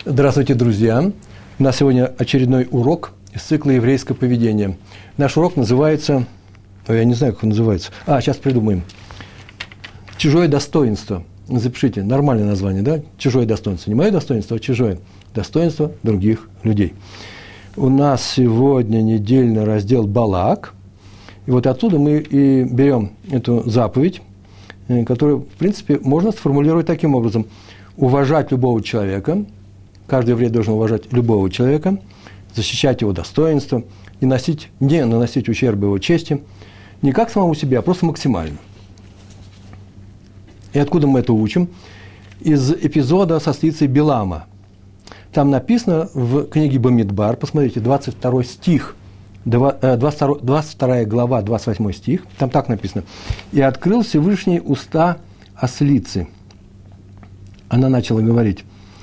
Здравствуйте, друзья! У нас сегодня очередной урок из цикла «Еврейское поведение». Наш урок называется... я не знаю, как он называется. Сейчас придумаем. «Чужое достоинство». Запишите, нормальное название, да? «Чужое достоинство». Не мое достоинство, а чужое. Достоинство других людей. У нас сегодня недельный раздел «Балак». И вот оттуда мы и берем эту заповедь, которую, в принципе, можно сформулировать таким образом. Уважать любого человека. Каждый еврей должен уважать любого человека, защищать его достоинство, не наносить ущерба его чести, не как самому себе, а просто максимально. И откуда мы это учим? Из эпизода со ослицей Билама. Там написано в книге Бамидбар, посмотрите, 22 стих, 22 глава, 28 стих, там так написано. «И открыл Всевышний уста ослицы». Она начала говорить.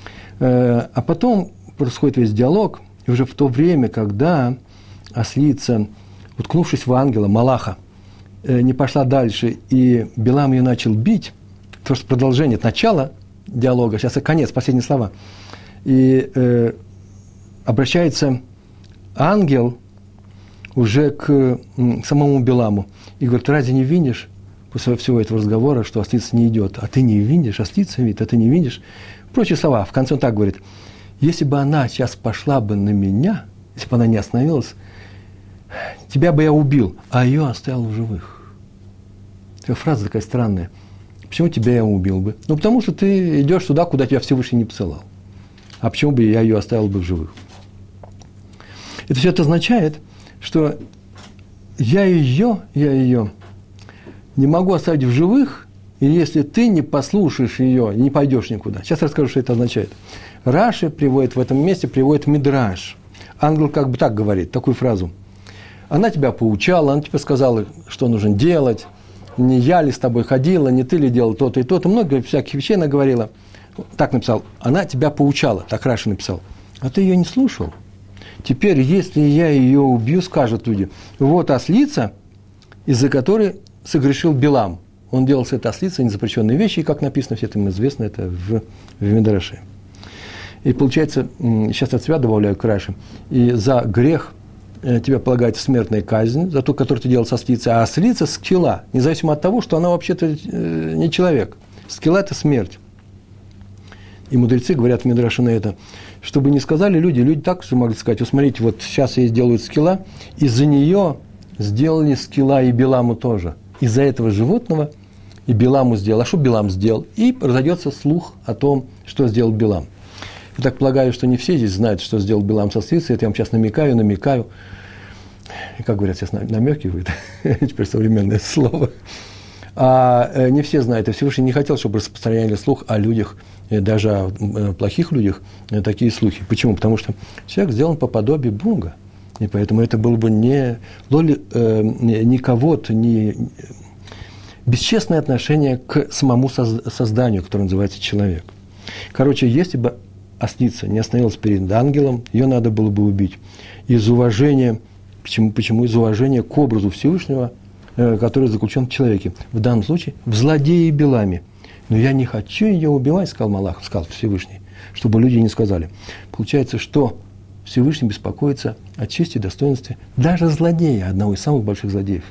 А потом происходит весь диалог, и уже в то время, когда ослица, уткнувшись в ангела, Малаха, не пошла дальше, и Билам ее начал бить, то что продолжение, это начало диалога, сейчас конец, последние слова, и обращается ангел уже к самому Биламу и говорит: разве не видишь, после всего этого разговора, что ослица не идет, а ты не видишь, ослица видит, а ты не видишь. Прочие слова. В конце он так говорит: если бы она сейчас пошла бы на меня, если бы она не остановилась, тебя бы я убил, а ее оставил в живых. Такая фраза такая странная. Почему тебя я убил бы? Ну, потому что ты идешь туда, куда тебя Всевышний не посылал. А почему бы я ее оставил бы в живых? Это все это означает, что я ее не могу оставить в живых, и если ты не послушаешь ее, не пойдешь никуда. Сейчас расскажу, что это означает. Раши приводит в этом месте, приводит мидраш. Ангел как бы так говорит, такую фразу. Она тебя поучала, она тебе сказала, что нужно делать. Не я ли с тобой ходила, не ты ли делал то-то и то-то. Много всяких вещей она говорила. Так написал. Она тебя поучала, так Раши написал. А ты ее не слушал. Теперь, если я ее убью, скажут люди, вот ослица, из-за которой согрешил Билам. Он делал с этой ослицей незапрещенные вещи, и, как написано, все это им известно, это в Мидраше. И получается, сейчас от себя добавляю к Раши, и за грех тебе полагается смертная казнь, за ту, которую ты делал со ослицей, а ослица – скилла, независимо от того, что она вообще-то не человек. Скилла – это смерть. И мудрецы говорят в Мидраше на это, чтобы не сказали люди так же могли сказать: вот смотрите, вот сейчас ей сделают скилла, из-за нее сделали скилла и Биламу тоже. Из-за этого животного и Биламу сделал. А что Билам сделал? И разойдется слух о том, что сделал Билам. Я так полагаю, что не все здесь знают, что сделал Билам со ослицей. Это я вам сейчас намекаю. И, как говорят, сейчас намекивают. Теперь современное слово. А не все знают. И Всевышний не хотел, чтобы распространяли слух о людях, даже о плохих людях, такие слухи. Почему? Потому что человек сделан по подобию Бога. И поэтому это было бы не кого-то, не бесчестное отношение к самому созданию, которое называется человек. Короче, если бы ослица не остановилась перед ангелом, ее надо было бы убить. Из уважения, почему? Из уважения к образу Всевышнего, который заключен в человеке. В данном случае в злодее Биламе. Но я не хочу ее убивать, сказал Малах, сказал Всевышний, чтобы люди не сказали. Получается, что Всевышний беспокоится о чести и достоинстве даже злодея, одного из самых больших злодеев.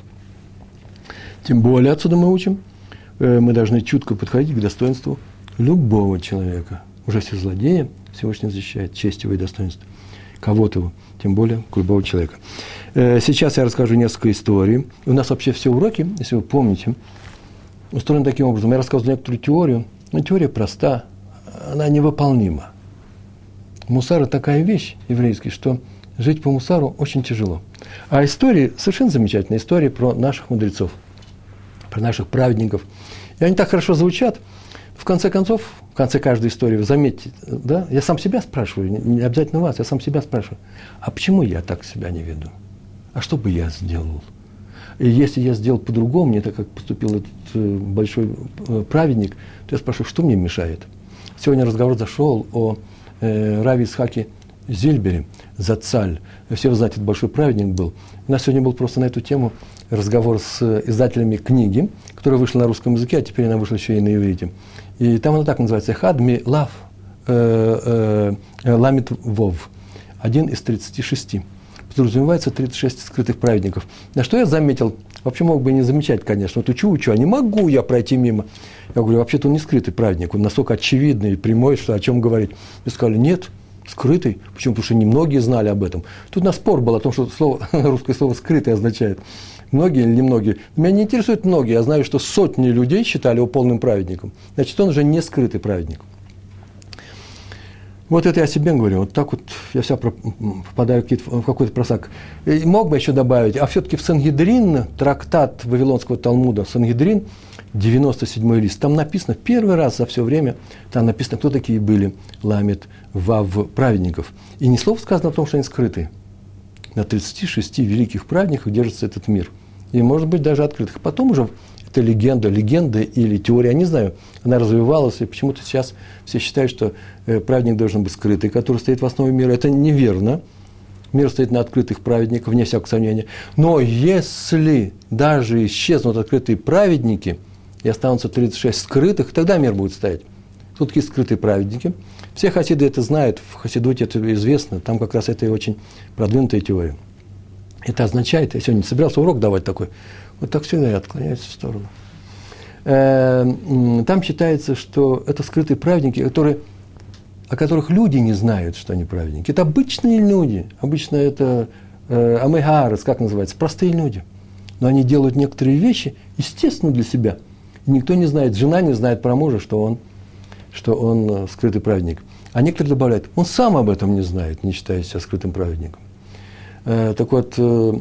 Тем более отсюда мы учим, мы должны чутко подходить к достоинству любого человека. Уже все злодеи Всевышний защищает честь его и достоинство. Кого-то его, тем более к любого человека. Сейчас я расскажу несколько историй. У нас вообще все уроки, если вы помните, устроены таким образом. Я рассказывал некоторую теорию, но теория проста, она невыполнима. Мусар – такая вещь еврейская, что жить по мусару очень тяжело. А истории, совершенно замечательные истории про наших мудрецов, про наших праведников. И они так хорошо звучат. В конце концов, в конце каждой истории, вы заметите, да, я сам себя спрашиваю, не обязательно вас, я сам себя спрашиваю, а почему я так себя не веду? А что бы я сделал? И если я сделал по-другому, не так, как поступил этот большой праведник, то я спрашиваю, что мне мешает? Сегодня разговор зашел о Раве Ицхаке Зильбере, Зацаль. Все вы знаете, это большой праведник был. У нас сегодня был просто на эту тему разговор с издателями книги, которая вышла на русском языке, а теперь она вышла еще и на иврите. И там она так называется «Эхад ми лав ламит вов. Один из 36. Подразумевается 36 скрытых праведников. На что я заметил, вообще мог бы не замечать, конечно, вот учу, а не могу я пройти мимо. Я говорю, вообще-то он не скрытый праведник, он настолько очевидный и прямой, что о чем говорить. Мне сказали, нет, скрытый. Почему? Потому что немногие знали об этом. Тут у нас спор был о том, что русское слово «скрытый» означает. Многие или немногие. Меня не интересует многие. Я знаю, что сотни людей считали его полным праведником. Значит, он уже не скрытый праведник. Вот это я себе говорю. Вот так вот я вся попадаю в какой-то просак. И мог бы еще добавить, а все-таки в Сангедрин, трактат Вавилонского Талмуда, Сангедрин, 97-й лист, там написано, первый раз за все время, там написано, кто такие были ламит вав праведников. И ни слова сказано о том, что они скрытые. На 36 великих праведниках держится этот мир. И, может быть, даже открытых. Потом уже это легенда или теория, я не знаю, она развивалась, и почему-то сейчас все считают, что праведник должен быть скрытый, который стоит в основе мира. Это неверно. Мир стоит на открытых праведниках, вне всякого сомнения. Но если даже исчезнут открытые праведники, и останутся 36 скрытых, тогда мир будет стоять. Тут такие скрытые праведники. Все хасиды это знают, в хасидуте это известно, там как раз это и очень продвинутая теория. Это означает, я сегодня не собирался урок давать такой, вот так всегда я отклоняюсь в сторону. Там считается, что это скрытые праведники, о которых люди не знают, что они праведники. Это обычные люди, обычно это амейхаарес, как называется, простые люди. Но они делают некоторые вещи, естественно, для себя. И никто не знает, жена не знает про мужа, что он скрытый праведник. А некоторые добавляют, он сам об этом не знает, не считая себя скрытым праведником. Так вот,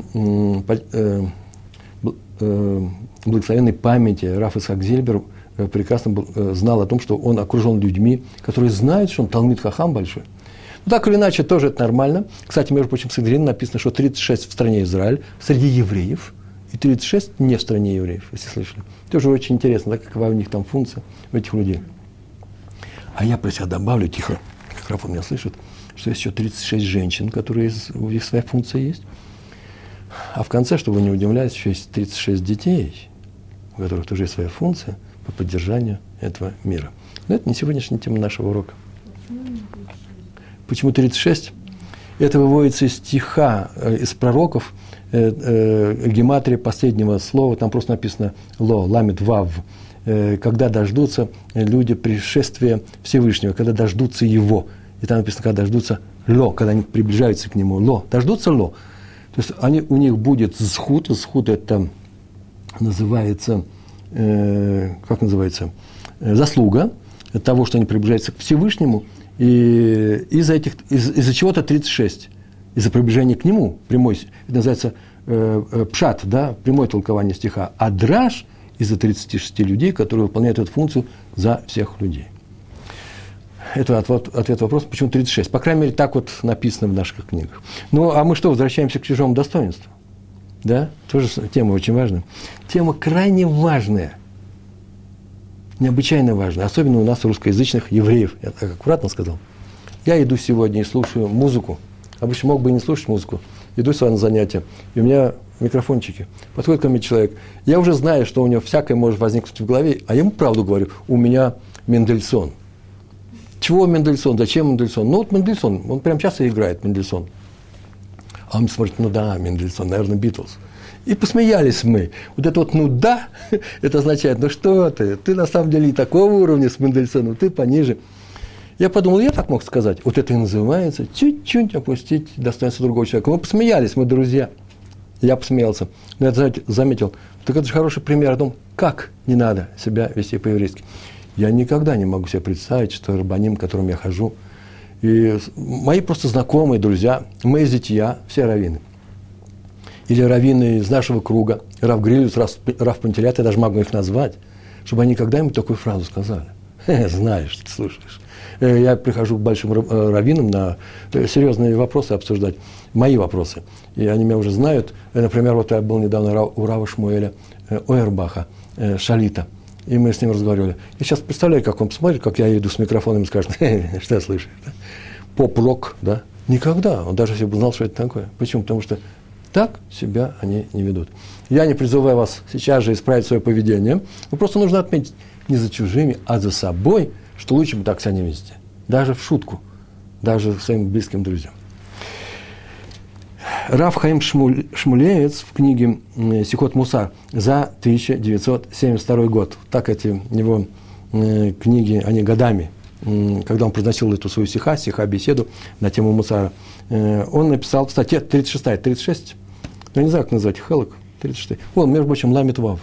благословенной памяти Раф Ицхак Зильбер прекрасно знал о том, что он окружен людьми, которые знают, что он Талмид Хахам большой. Но так или иначе, тоже это нормально. Кстати, между прочим, в Сангедрин написано, что 36 в стране Израиль среди евреев, и 36 не в стране евреев, если слышали. Тоже очень интересно, да, какова у них там функция, у этих людей. А я про себя добавлю, тихо, как Раф меня слышит, что есть еще 36 женщин, у них своя функция есть. А в конце, чтобы вы не удивлялись, еще есть 36 детей, у которых тоже есть своя функция по поддержанию этого мира. Но это не сегодняшняя тема нашего урока. Почему 36? Это выводится из стиха, из пророков, гематрия последнего слова, там просто написано «ло», «ламит вав», когда дождутся люди пришествия Всевышнего, когда дождутся Его. И там написано, когда дождутся «ло», когда они приближаются к Нему, «ло», дождутся «ло». То есть у них будет зхут, зхут это называется, заслуга того, что они приближаются к Всевышнему, и из-за чего-то 36, из-за приближения к Нему, прямой, это называется пшат, да, прямое толкование стиха, а драш из-за 36 людей, которые выполняют эту функцию за всех людей. Это ответ на вопрос, почему 36. По крайней мере, так вот написано в наших книгах. Ну, а мы что, возвращаемся к чужому достоинству? Да? Тоже тема очень важная. Тема крайне важная. Необычайно важная. Особенно у нас, русскоязычных евреев. Я так аккуратно сказал. Я иду сегодня и слушаю музыку. Обычно мог бы и не слушать музыку. Иду с вами на занятия. И у меня микрофончики. Подходит ко мне человек. Я уже знаю, что у него всякое может возникнуть в голове. А я ему правду говорю. У меня Мендельсон. Чего Мендельсон? Зачем Мендельсон? Ну, вот Мендельсон, он прям часто играет Мендельсон. А он смотрит, ну да, Мендельсон, наверное, Битлз. И посмеялись мы. Вот это вот «ну да», это означает, ну что ты на самом деле и такого уровня с Мендельсоном, ты пониже. Я подумал, я так мог сказать. Вот это и называется чуть-чуть опустить достоинство другого человека. Мы посмеялись, мы друзья. Я посмеялся. Но я заметил, так это же хороший пример о том, как не надо себя вести по-еврейски. Я никогда не могу себе представить, что рабаним, к которым я хожу, и мои просто знакомые, друзья, мои зятья, все раввины. Или раввины из нашего круга, Рав Грилюс, Рав Пантелят, я даже могу их назвать, чтобы они когда-нибудь такую фразу сказали. Знаешь, ты слушаешь. Я прихожу к большим раввинам на серьезные вопросы обсуждать, мои вопросы. И они меня уже знают. Например, вот я был недавно у Рава Шмуэля Ойербаха, Шалита. И мы с ним разговаривали. Я сейчас представляю, как он посмотрит, как я иду с микрофоном и скажет, что я слышу. Да? Поп-рок, да? Никогда. Он даже если бы знал, что это такое. Почему? Потому что так себя они не ведут. Я не призываю вас сейчас же исправить свое поведение. Но просто нужно отметить не за чужими, а за собой, что лучше бы так себя не вести. даже в шутку, даже своим близким друзьям. Рав Хаим Шмулевец в книге «Сихот Мусар» за 1972 год. Так эти его книги, они годами, когда он произносил эту свою сиха-беседу на тему Мусара, он написал в статье 36, я не знаю, как назвать, Хелок, 36. Он, между прочим, Ламит Вав.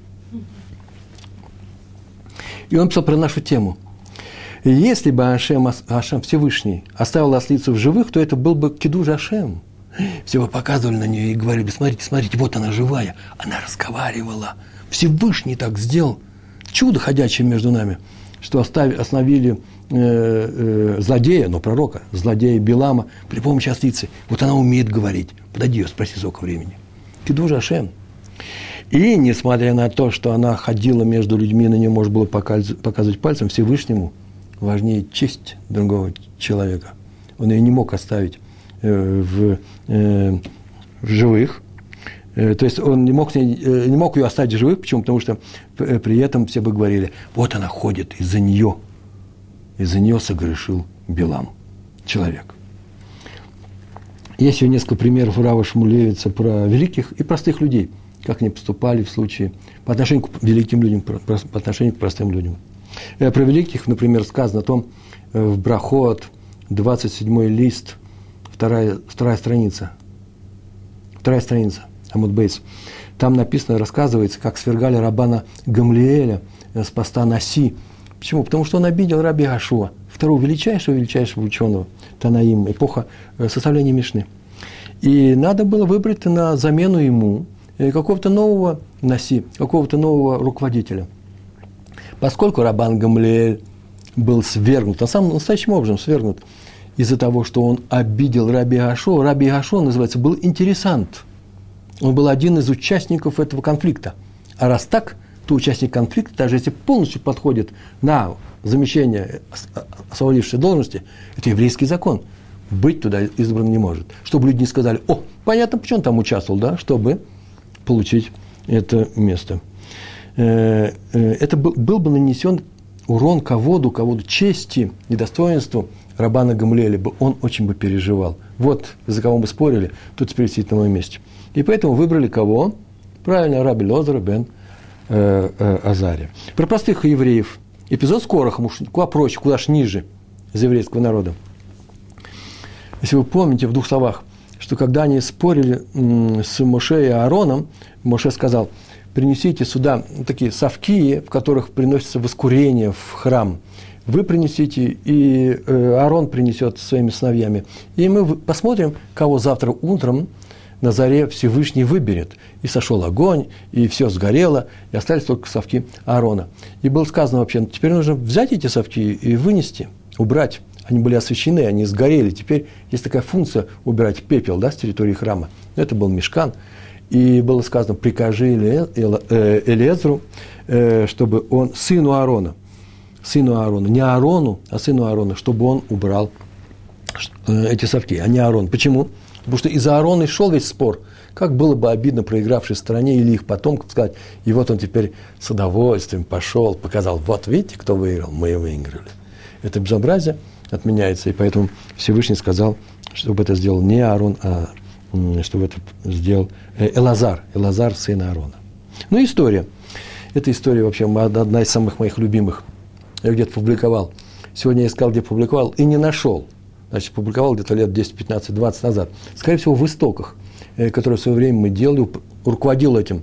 И он писал про нашу тему. Если бы Ашем Всевышний оставил ослицу в живых, то это был бы кидуш Ашем. Все бы показывали на нее и говорили: смотрите, вот она живая, она разговаривала. Всевышний так сделал. Чудо ходячее между нами, что остановили злодея, но пророка, злодея Билама при помощи ослицы. Вот она умеет говорить. Подойди ее, спроси, сколько времени. Кидуш Ашем. И, несмотря на то, что она ходила между людьми, на нее можно было показывать пальцем, Всевышнему важнее честь другого человека. Он ее не мог оставить в живых. То есть он не мог ее оставить в живых. Почему? Потому что при этом все бы говорили: вот она ходит, из-за нее согрешил Билам, человек. Есть еще несколько примеров Рава Шмулевица про великих и простых людей, как они поступали в случае по отношению к великим людям, по отношению к простым людям. Про великих, например, сказано о том в Брахот, 27-й лист, вторая страница, Амуд Бейс. Там написано, рассказывается, как свергали раббана Гамлиэля с поста Наси. Почему? Потому что он обидел раби Йошуа, второго величайшего ученого, Танаим, эпоха составления Мишны. И надо было выбрать на замену ему какого-то нового Наси, какого-то нового руководителя. Поскольку раббан Гамлиэль был свергнут, настоящим образом свергнут, из-за того, что он обидел раби Йошуа. Раби Йошуа, называется, был интересант. Он был один из участников этого конфликта. А раз так, то участник конфликта, даже если полностью подходит на замещение освободившейся должности, это еврейский закон. Быть туда избран не может. Чтобы люди не сказали: о, понятно, почему он там участвовал, да, чтобы получить это место. Это был бы нанесен урон каводу, чести и достоинству раббана Гамлиэля, он очень бы переживал. Вот за кого мы спорили, тут теперь сидит на моем месте. И поэтому выбрали кого? Правильно, раби Лозера бен Азария. Про простых евреев. Эпизод с Корахом уж куда проще, куда ж ниже из еврейского народа. Если вы помните в двух словах, что когда они спорили с Моше и Аароном, Моше сказал: принесите сюда такие совки, в которых приносится воскурение в храм. Вы принесите, и Аарон принесет со своими сыновьями. И мы посмотрим, кого завтра утром на заре Всевышний выберет. И сошел огонь, и все сгорело, и остались только совки Аарона. И было сказано вообще: теперь нужно взять эти совки и вынести, убрать. Они были освящены, они сгорели. Теперь есть такая функция убирать пепел, да, с территории храма. Это был мишкан. И было сказано: прикажи Элиэзру, чтобы он, сыну Аарона, не Аарону, а сыну Аарона, чтобы он убрал эти совки, а не Аарон. Почему? Потому что из-за Аарона шел весь спор. Как было бы обидно проигравшей стороне или их потомкам сказать: и вот он теперь с удовольствием пошел, показал: вот видите, кто выиграл, мы выиграли. Это безобразие отменяется, и поэтому Всевышний сказал, чтобы это сделал не Аарон, а чтобы это сделал Элазар, сын Аарона. Ну, история. Эта история вообще одна из самых моих любимых. Я где-то публиковал. Сегодня я искал, где публиковал, и не нашел. Значит, публиковал где-то лет 10, 15, 20 назад. Скорее всего, в истоках, которые в свое время мы делали, руководил этим.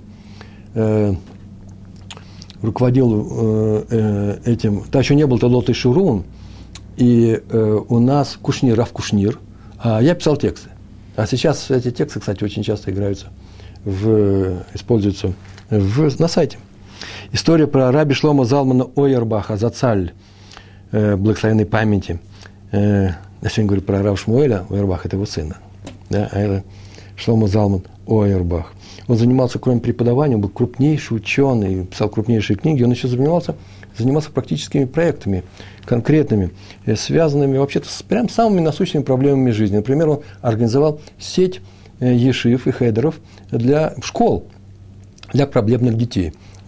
Тогда еще не был Толдот и Шурун, и у нас Рав Кушнир, а я писал тексты. А сейчас эти тексты, кстати, очень часто используются на сайте. История про раби Шломо Залмана Ойербаха, Зацаль, благословенной памяти. Я сегодня говорю про рава Шмуэля, Ойербах – это его сына. Да? А это Шломо Залман Ойербах. Он занимался, кроме преподавания, он был крупнейший ученый, писал крупнейшие книги. Он еще занимался практическими проектами, конкретными, связанными вообще-то с прям самыми насущными проблемами жизни. Например, он организовал сеть ешив и хедеров для школ, для проблемных детей.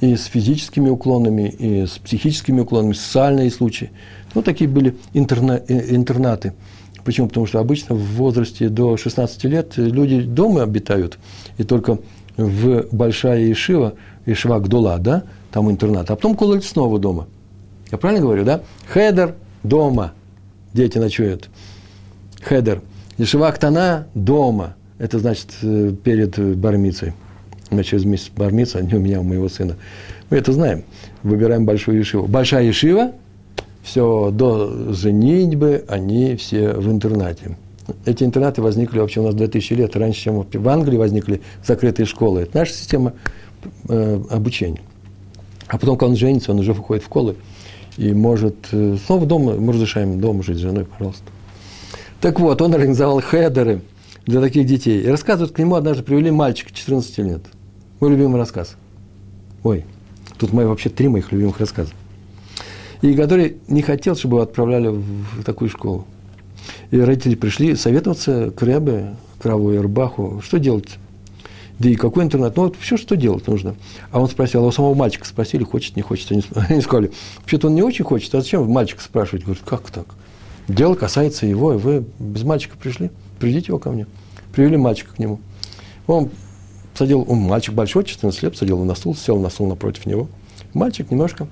и с физическими уклонами, и с психическими уклонами, социальные случаи. Ну, такие были интернаты. Почему? Потому что обычно в возрасте до 16 лет люди дома обитают, и только в большая Ешива Гдула, да, там интернат, а потом колледж снова дома. Я правильно говорю, да? Хедер – дома, дети ночуют. Хедер. Ешива Актана – дома. Это значит перед бармицей. Через месяц бармица, не у меня, у моего сына. Мы это знаем. Выбираем большую Ешиву. Большая Ешива – все, до женитьбы они все в интернате. Эти интернаты возникли вообще у нас 2000 лет, раньше, чем в Англии возникли закрытые школы. Это наша система обучения. А потом, когда он женится, он уже выходит в школы и может снова дома, мы разрешаем дома жить с женой, пожалуйста. Так вот, он организовал хедеры для таких детей. И рассказывают, к нему однажды привели мальчика 14 лет. Мой любимый рассказ. Ой, тут вообще 3 моих любимых рассказа. И который не хотел, чтобы его отправляли в такую школу. И родители пришли советоваться к Ребе, к Раву Ойербаху, что делать. Да и какой интернат? Ну, вот все, что делать нужно. А он спросил, а у самого мальчика спросили, хочет, не хочет. Они сказали, вообще-то он не очень хочет, а зачем мальчика спрашивать? Говорит, как так? Дело касается его, и вы без мальчика пришли, приведите его ко мне. Привели мальчика к нему. Он садил, мальчик большой, 14 лет, садил его на стул, сел на стул напротив него. Мальчик немножко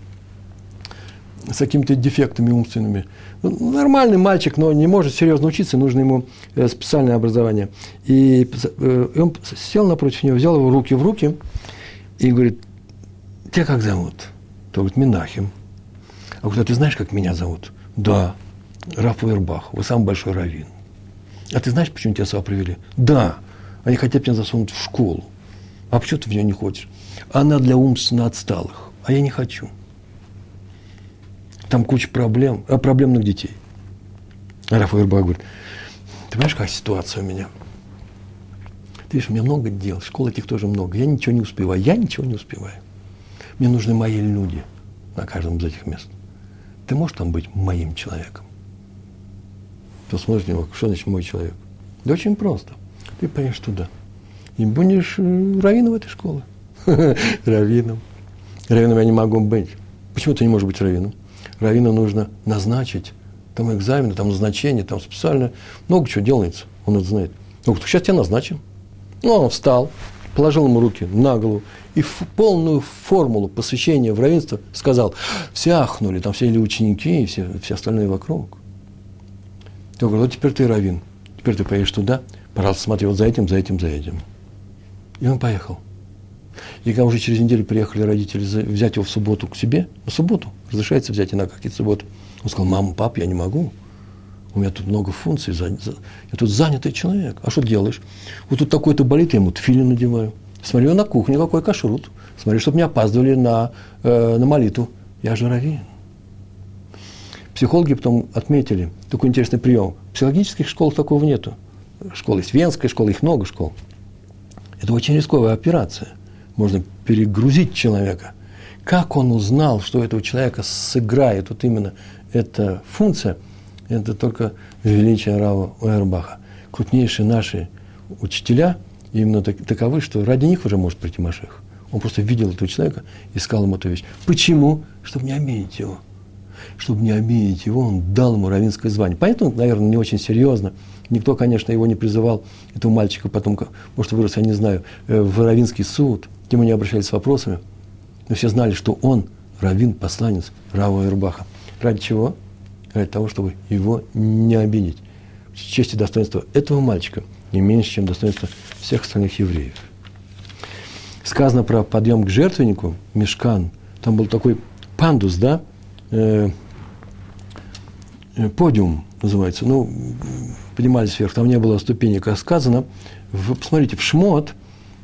с какими-то дефектами умственными. Ну, нормальный мальчик, но не может серьезно учиться, нужно ему специальное образование. И он сел напротив него, взял его руки в руки и говорит, тебя как зовут? Тот говорит, Менахем. А говорит, а ты знаешь, как меня зовут? Да, Рав Ойербах, вы самый большой раввин. А ты знаешь, почему тебя сюда привели? Да, они хотят меня засунуть в школу. А почему ты в нее не хочешь? Она для умственно отсталых, а я не хочу. Там куча проблем, проблемных детей. А Рав Ойербах говорит, ты понимаешь, какая ситуация у меня? Ты видишь, у меня много дел, школ этих тоже много, я ничего не успеваю, Мне нужны мои люди на каждом из этих мест. Ты можешь там быть моим человеком? Ты смотришь на него, что значит мой человек? Да очень просто. Ты поедешь туда и будешь раввином этой школы. Раввином. Раввином я не могу быть. Почему ты не можешь быть раввином? Раввину нужно назначить, там экзамены, там назначение, там специально, много чего делается, он это знает. Ну, сейчас тебя назначим. Ну, он встал, положил ему руки на голову и полную формулу посвящения в раввинство сказал. Все ахнули, там все или ученики, и все остальные вокруг. Я говорю, вот теперь ты раввин, теперь ты поедешь туда, пожалуйста, смотри, вот за этим. И он поехал. И когда уже через неделю приехали родители взять его в субботу к себе, на субботу, разрешается взять иногда какие-то субботы. Он сказал, мама, пап, я не могу. У меня тут много функций, я тут занятый человек. А что делаешь? Вот тут такой-то болит, я ему тфилин надеваю. Смотрю на кухне, какой кашрут. Смотрю, чтобы не опаздывали на молитву. Я же раввин. Психологи потом отметили такой интересный прием. В психологических школах такого нету. Школа есть венская школа, их много школ. Это очень рисковая операция. Можно перегрузить человека. Как он узнал, что у этого человека сыграет вот именно эта функция, это только величие Рава Ойербаха. Крупнейшие наши учителя именно таковы, что ради них уже может прийти Машиах. Он просто видел этого человека и сказал ему эту вещь. Почему? Чтобы не обидеть его. Чтобы не обидеть его, он дал ему раввинское звание. Поэтому, наверное, не очень серьезно. Никто, конечно, его не призывал, этого мальчика, потом, может, вырос, я не знаю, в раввинский суд. К нему не обращались с вопросами. Но все знали, что он раввин, посланец Рава Ойербаха. Ради чего? Ради того, чтобы его не обидеть. Честь и достоинство этого мальчика не меньше, чем достоинство всех остальных евреев. Сказано про подъем к жертвеннику, мишкан. Там был такой пандус, да? Подиум называется. Ну, поднимались вверх, там не было ступенек, как сказано. Посмотрите, в Шмот,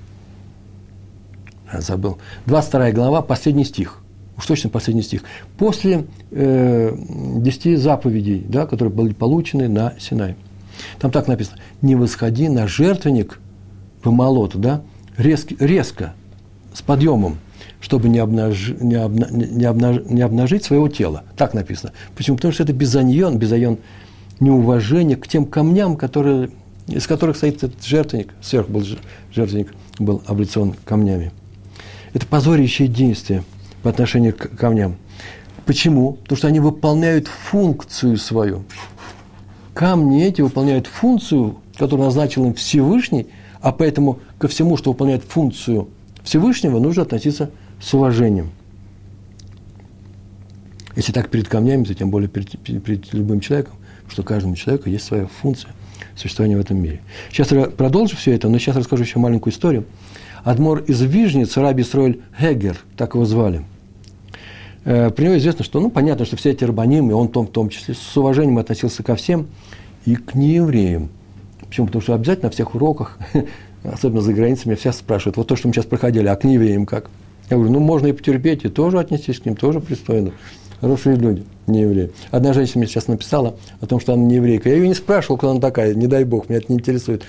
забыл, 22 глава, последний стих. Уж точно последний стих. После 10 заповедей, да, которые были получены на Синай. Там так написано. Не восходи на жертвенник по молоту, да, резко, с подъемом, чтобы не обнажить своего тела. Так написано. Почему? Потому что это безайон неуважение к тем камням, из которых стоит этот жертвенник. Сверху был жертвенник, был облицован камнями. Это позорящее действие по отношению к камням. Почему? Потому что они выполняют функцию свою. Камни эти выполняют функцию, которую назначил им Всевышний, а поэтому ко всему, что выполняет функцию Всевышнего, нужно относиться с уважением. Если так перед камнями, то тем более перед любым человеком, потому что каждому человеку есть своя функция существования в этом мире. Сейчас я продолжу все это, но сейчас расскажу еще маленькую историю. Адмор из Вижниц, Раби Исроэль Гегер, так его звали. При него известно, что, понятно, что все эти рабаним, и он в том числе, с уважением относился ко всем и к неевреям. Почему? Потому что обязательно на всех уроках, особенно за границами, все спрашивают, вот то, что мы сейчас проходили, а к неевреям как? Я говорю, можно и потерпеть, и тоже отнестись к ним, тоже пристойно. Хорошие люди, не евреи. Одна женщина мне сейчас написала о том, что она не еврейка. Я ее не спрашивал, кто она такая, не дай бог, меня это не интересует.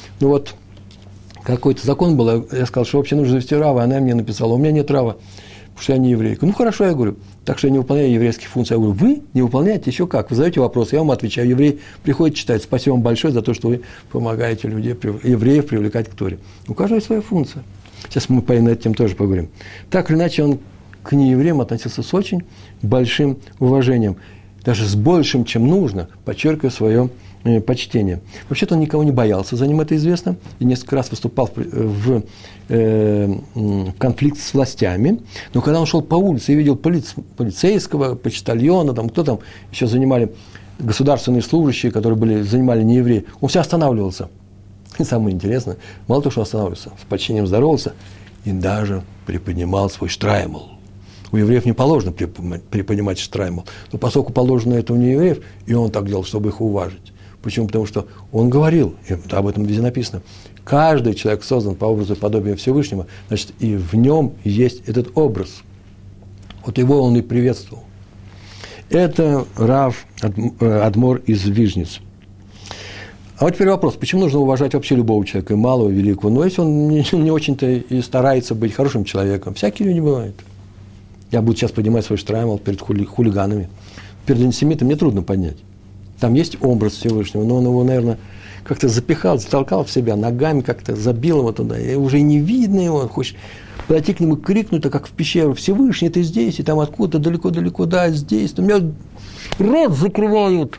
Какой-то закон был, я сказал, что вообще нужно завести рава, она мне написала, у меня нет рава, потому что я не еврейка. Хорошо, я говорю, так что я не выполняю еврейские функции. Я говорю, вы не выполняете еще как? Вы задаете вопрос, я вам отвечаю. Еврей приходит читать. Спасибо вам большое за то, что вы помогаете евреев привлекать к Торе. У каждого есть своя функция. Сейчас мы по этим тоже поговорим. Так или иначе, он к неевреям относился с очень большим уважением. Даже с большим, чем нужно, подчеркивая свое почтение. Вообще-то он никого не боялся, за ним это известно, и несколько раз выступал в конфликт с властями, но когда он шел по улице и видел полицейского, почтальона, кто там еще занимали государственные служащие, которые занимали не евреи, он все останавливался. И самое интересное, мало того, что останавливался, с почтением здоровался и даже приподнимал свой штраймл. У евреев не положено приподнимать штраймл, но поскольку положено это у неевреев, и он так делал, чтобы их уважить. Почему? Потому что он говорил, и об этом везде написано, каждый человек создан по образу и подобию Всевышнего, значит, и в нем есть этот образ. Вот его он и приветствовал. Это Рав Адмор из Вижниц. А вот теперь вопрос, почему нужно уважать вообще любого человека, и малого, и великого? Но если он не очень-то и старается быть хорошим человеком, всякие люди бывают. Я буду сейчас поднимать свой штраймл перед хулиганами. Перед антисемитом мне трудно поднять. Там есть образ Всевышнего, но он его, наверное, как-то запихал, затолкал в себя, ногами как-то забил его туда, и уже не видно его, хочешь подойти к нему, крикнуть, как в пещеру, Всевышний, ты здесь, и там откуда-то далеко-далеко, да, здесь, у меня рот закрывают.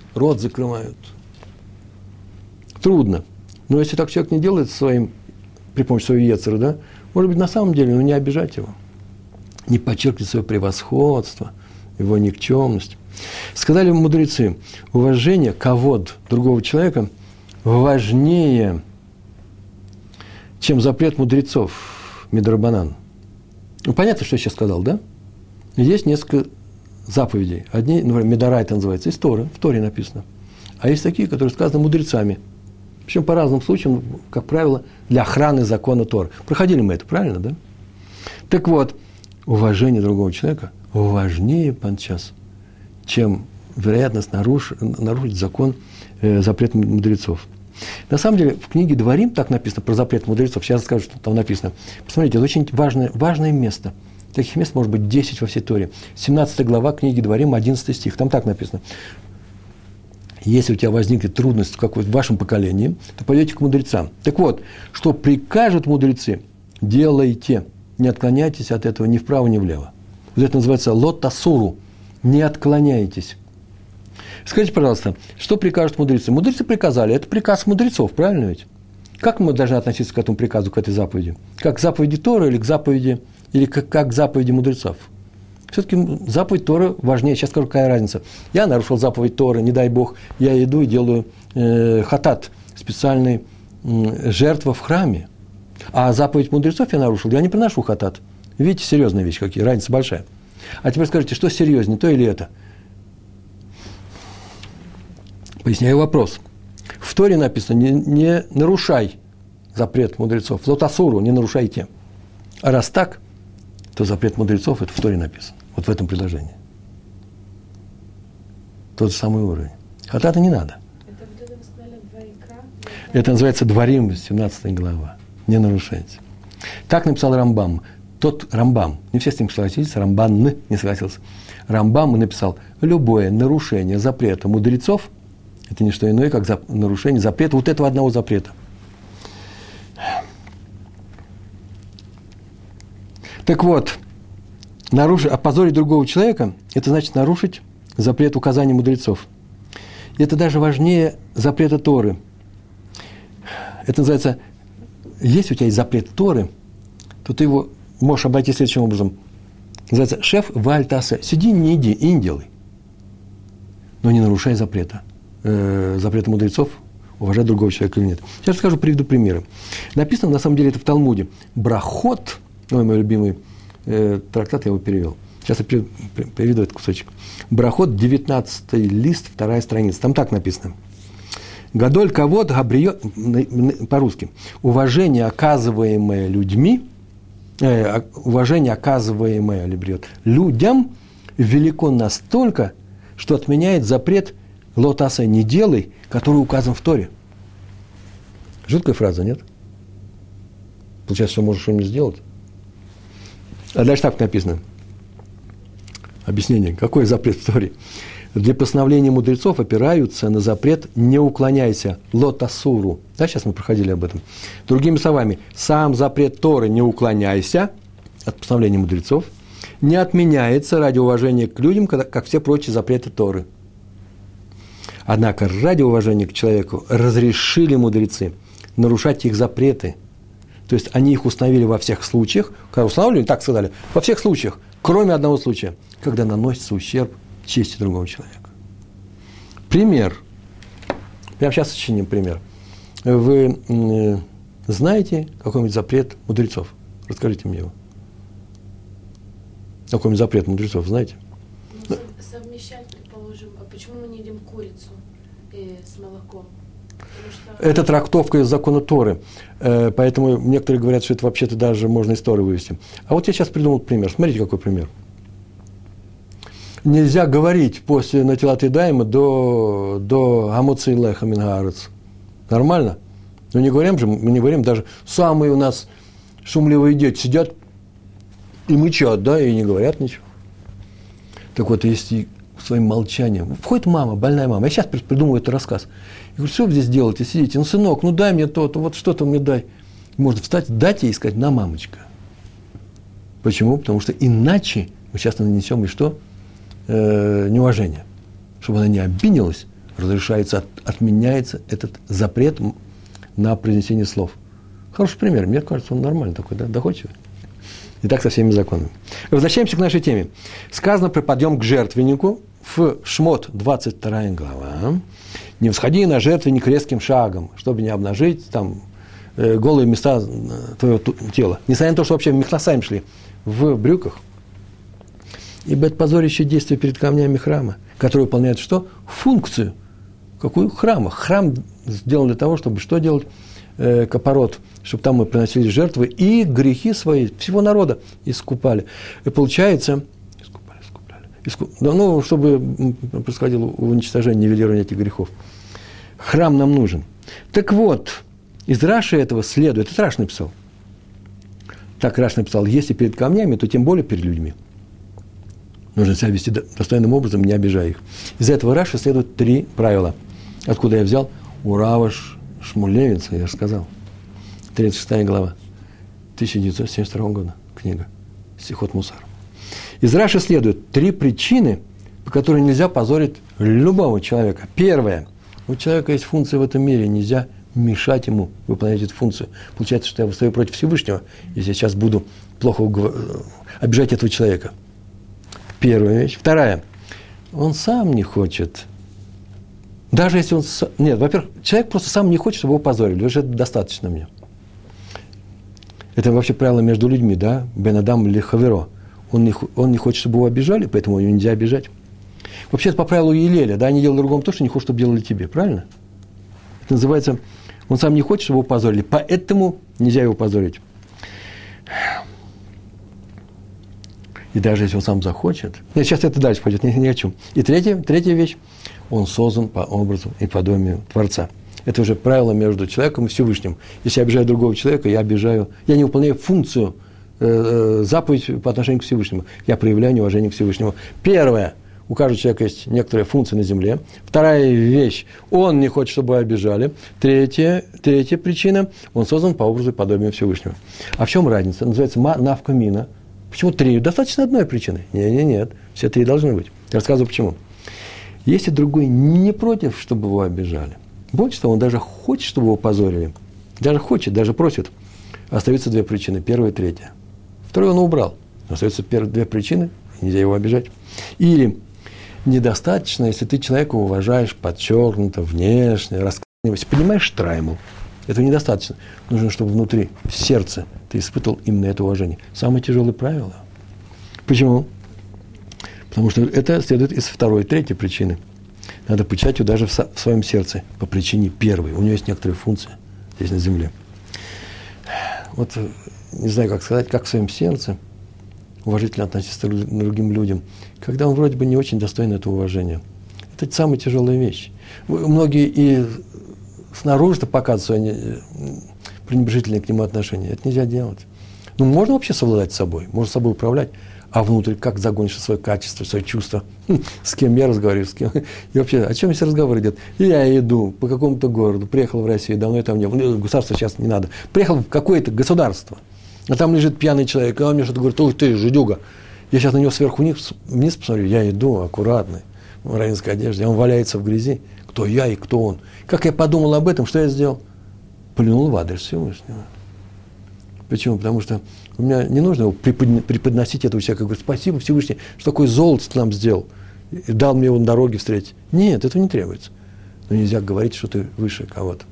Трудно. Но если так человек не делает при помощи своего йецера, да, может быть, на самом деле, не обижать его, не подчеркивать свое превосходство, его никчемность. Сказали мудрецы, уважение, кавод другого человека важнее, чем запрет мудрецов, мидрабанан. Понятно, что я сейчас сказал, да? Есть несколько заповедей. Одни, например, Медорайта называется, из Торы, в Торе написано. А есть такие, которые сказаны мудрецами. Причем по разным случаям, как правило, для охраны закона Торы. Проходили мы это, правильно, да? Так вот, уважение другого человека важнее подчас, чем вероятность нарушить закон, запрет мудрецов. На самом деле, в книге «Дворим» так написано про запрет мудрецов. Сейчас скажу, что там написано. Посмотрите, это очень важное место. Таких мест может быть 10 во всей Торе. 17 глава книги «Дворим», 11 стих. Там так написано. Если у тебя возникнет трудность, как в вашем поколении, то пойдете к мудрецам. Так вот, что прикажут мудрецы, делайте. Не отклоняйтесь от этого ни вправо, ни влево. Вот это называется лот-тасуру. Не отклоняйтесь. Скажите, пожалуйста, что прикажут мудрецы? Мудрецы приказали. Это приказ мудрецов, правильно ведь? Как мы должны относиться к этому приказу, к этой заповеди? Как к заповеди Торы или как к заповеди мудрецов? Все-таки заповедь Торы важнее. Сейчас скажу, какая разница. Я нарушил заповедь Торы, не дай Бог, я иду и делаю хатат, специальный жертва в храме. А заповедь мудрецов я нарушил, я не приношу хатат. Видите, серьезная вещь какие, разница большая. А теперь скажите, что серьезнее, то или это? Поясняю вопрос. В Торе написано, не нарушай запрет мудрецов. Лотасуру, не нарушайте. А раз так, то запрет мудрецов, это в Торе написано. Вот в этом предложении. Тот же самый уровень. Хатата не надо. Это вот это вы сказали Вайкра? Это называется Дворим, 17 глава. Не нарушайте. Так написал Рамбам. Тот Рамбам, не все с ним согласились, Рамбан не согласился. Рамбам написал, любое нарушение запрета мудрецов, это не что иное, как нарушение запрета, вот этого одного запрета. Так вот, опозорить другого человека – это значит нарушить запрет указаний мудрецов. И это даже важнее запрета Торы. Это называется, если у тебя есть запрет Торы, то ты его можешь обойти следующим образом. Называется шеф вальтасе. Сиди, не иди и не делай. Но не нарушай запрета. Запрета мудрецов, уважать другого человека или нет. Сейчас расскажу, приведу примеры. Написано, на самом деле, это в Талмуде. Брахот, мой любимый трактат, я его перевел. Сейчас я приведу этот кусочек. Брахот, 19 лист, 2 страница. Там так написано. Гадоль кавод габриот, по-русски. Уважение, оказываемое людьми, уважение, оказываемое людям, велико настолько, что отменяет запрет лотаса не делай, который указан в Торе. Жуткая фраза, нет? Получается, что можешь что-нибудь сделать. А дальше так написано. Объяснение. Какой запрет в Торе? Для постановления мудрецов опираются на запрет «не уклоняйся» лотасуру. Да, сейчас мы проходили об этом. Другими словами, сам запрет Торы «не уклоняйся» от постановления мудрецов не отменяется ради уважения к людям, как все прочие запреты Торы. Однако ради уважения к человеку разрешили мудрецы нарушать их запреты. То есть они их установили во всех случаях, когда устанавливали, так сказали, во всех случаях, кроме одного случая, когда наносится ущерб чести другого человека. Пример. Прямо сейчас сочиним пример. Вы знаете какой-нибудь запрет мудрецов? Расскажите мне его. Какой-нибудь запрет мудрецов, знаете? Совмещать, предположим, а почему мы не едим курицу с молоком? Что... Это трактовка из закона Торы. Поэтому некоторые говорят, что это вообще-то даже можно из Торы вывести. А вот я сейчас придумал пример. Смотрите, какой пример. Нельзя говорить после натилат едаима до амоци леха мин хаарец. Нормально? Но не говорим же, мы не говорим, даже самые у нас шумливые дети сидят и мычат, да, и не говорят ничего. Так вот, если своим молчанием входит мама, больная мама, я сейчас придумываю этот рассказ. Я говорю, что вы здесь делаете, сидите? Ну, сынок, ну дай мне то-то, вот что-то мне дай. Можно встать, дать ей и сказать, на, мамочка. Почему? Потому что иначе мы сейчас нанесем и что? Неуважение. Чтобы она не обиделась, разрешается, отменяется этот запрет на произнесение слов. Хороший пример. Мне кажется, он нормальный такой, да? Доходчивый. И так со всеми законами. Возвращаемся к нашей теме. Сказано про подъем к жертвеннику в Шмот, 22 глава. Не всходи на жертвенник резким шагом, чтобы не обнажить там голые места твоего тела. Несмотря на то, что вообще в мехнасаим шли в брюках. Ибо это позорящее действие перед камнями храма, которое выполняет что? Функцию. Какую? Храма. Храм сделан для того, чтобы что делать? Капорот, чтобы там мы приносили жертвы и грехи свои, всего народа искупали. И получается, чтобы происходило уничтожение, нивелирование этих грехов. Храм нам нужен. Так вот, из Раши этого следует, это Раш написал. Так Раш написал, если перед камнями, то тем более перед людьми. Нужно себя вести достойным образом, не обижая их. Из этого Раши следует 3 правила. Откуда я взял? У Рава Шмулевица, я же сказал. 36 глава, 1972 года, книга Сихот Мусар. Из Раши следует 3 причины, по которым нельзя позорить любого человека. Первое. У человека есть функция в этом мире, нельзя мешать ему выполнять эту функцию. Получается, что я выстою против Всевышнего, если я сейчас буду плохо обижать этого человека. Первая вещь. Вторая. Он сам не хочет. Даже если он... Нет, во-первых, человек просто сам не хочет, чтобы его позорили. Уже это достаточно мне. Это вообще правило между людьми, да? Бен Адам или Хаверо. Он не хочет, чтобы его обижали, поэтому его нельзя обижать. Вообще, это по правилу Елеля, да? Не делай другому то, что не хочет, чтобы делали тебе. Правильно? Это называется... Он сам не хочет, чтобы его позорили, поэтому нельзя его позорить. И даже если он сам захочет... Нет, сейчас это дальше пойдет, не хочу. И третья вещь. Он создан по образу и подобию Творца. Это уже правило между человеком и Всевышним. Если я обижаю другого человека, я не выполняю функцию, заповедь по отношению к Всевышнему. Я проявляю неуважение к Всевышнему. Первое. У каждого человека есть некоторые функции на земле. Вторая вещь. Он не хочет, чтобы его обижали. Третья причина. Он создан по образу и подобию Всевышнего. А в чем разница? Называется навка мина. Почему 3? Достаточно одной причины. Нет, все 3 должны быть. Я рассказываю, почему. Если другой не против, чтобы его обижали, больше того, он даже хочет, чтобы его позорили, даже хочет, даже просит, остаются 2 причины, первая и третья. Вторую он убрал. Остаются 2 причины, нельзя его обижать. Или недостаточно, если ты человека уважаешь подчеркнуто, внешне, раскрываешься, понимаешь штрайму. Этого недостаточно. Нужно, чтобы внутри, в сердце ты испытывал именно это уважение. Самое тяжелое правило. Почему? Потому что это следует из второй и третьей причины. Надо почитать ее даже в своем сердце по причине первой. У нее есть некоторые функции здесь на земле. Вот не знаю, как сказать, как в своем сердце уважительно относиться к другим людям, когда он вроде бы не очень достоин этого уважения. Это самая тяжелая вещь. Многие и снаружи-то показывают свои пренебрежительные к нему отношения. Это нельзя делать. Ну, можно вообще совладать с собой, можно собой управлять, а внутрь как загонишь свое качество, свои чувства, с кем я разговариваю, с кем. И вообще, о чем здесь разговор идет? Я иду по какому-то городу, приехал в Россию, давно я там не был, государство сейчас не надо. Приехал в какое-то государство, а там лежит пьяный человек, и он мне что-то говорит: ой, ты, жидюга. Я сейчас на него сверху вниз посмотрю, я иду аккуратный, в раввинской одежде, он валяется в грязи. Кто я и кто он? Как я подумал об этом, что я сделал? Плюнул в адрес Всевышнего. Почему? Потому что у меня не нужно его преподносить этого человека. Говорю: спасибо, Всевышний, что такое золото ты нам сделал, и дал мне его на дороге встретить. Нет, этого не требуется. Но нельзя говорить, что ты выше кого-то.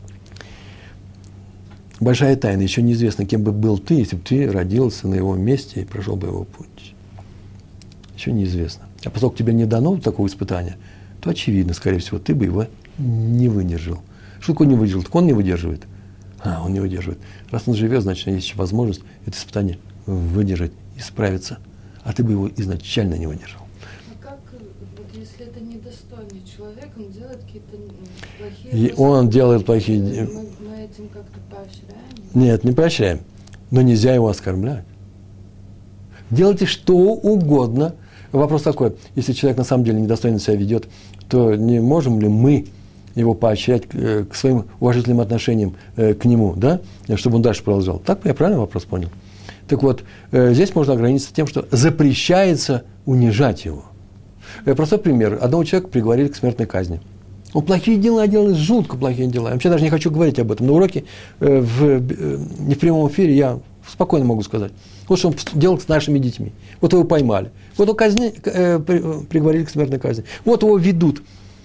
Большая тайна. Еще неизвестно, кем бы был ты, если бы ты родился на его месте и прошел бы его путь. Еще неизвестно. А поскольку тебе не дано такого испытания, то очевидно, скорее всего, ты бы его не выдержал. Что такое не выдержал? Так он не выдерживает. Он не выдерживает. Раз он живет, значит, есть еще возможность это испытание выдержать и справиться. А ты бы его изначально не выдержал. А как, вот если это недостойный человек, он делает какие-то плохие... И он делает плохие... Мы этим как-то поощряем? Нет, не поощряем. Но нельзя его оскорблять. Делайте что угодно. Вопрос такой: если человек на самом деле недостойно себя ведет, то не можем ли мы его поощрять к своим уважительным отношениям к нему, да, чтобы он дальше продолжал? Так я правильно вопрос понял? Так вот, здесь можно ограничиться тем, что запрещается унижать его. Простой пример. Одного человека приговорили к смертной казни. Он плохие дела делает, жутко плохие дела. Я вообще даже не хочу говорить об этом. На уроке, не в прямом эфире, я спокойно могу сказать. Вот что он делал с нашими детьми. Вот его поймали. Вот его приговорили к смертной казни. Вот его ведут.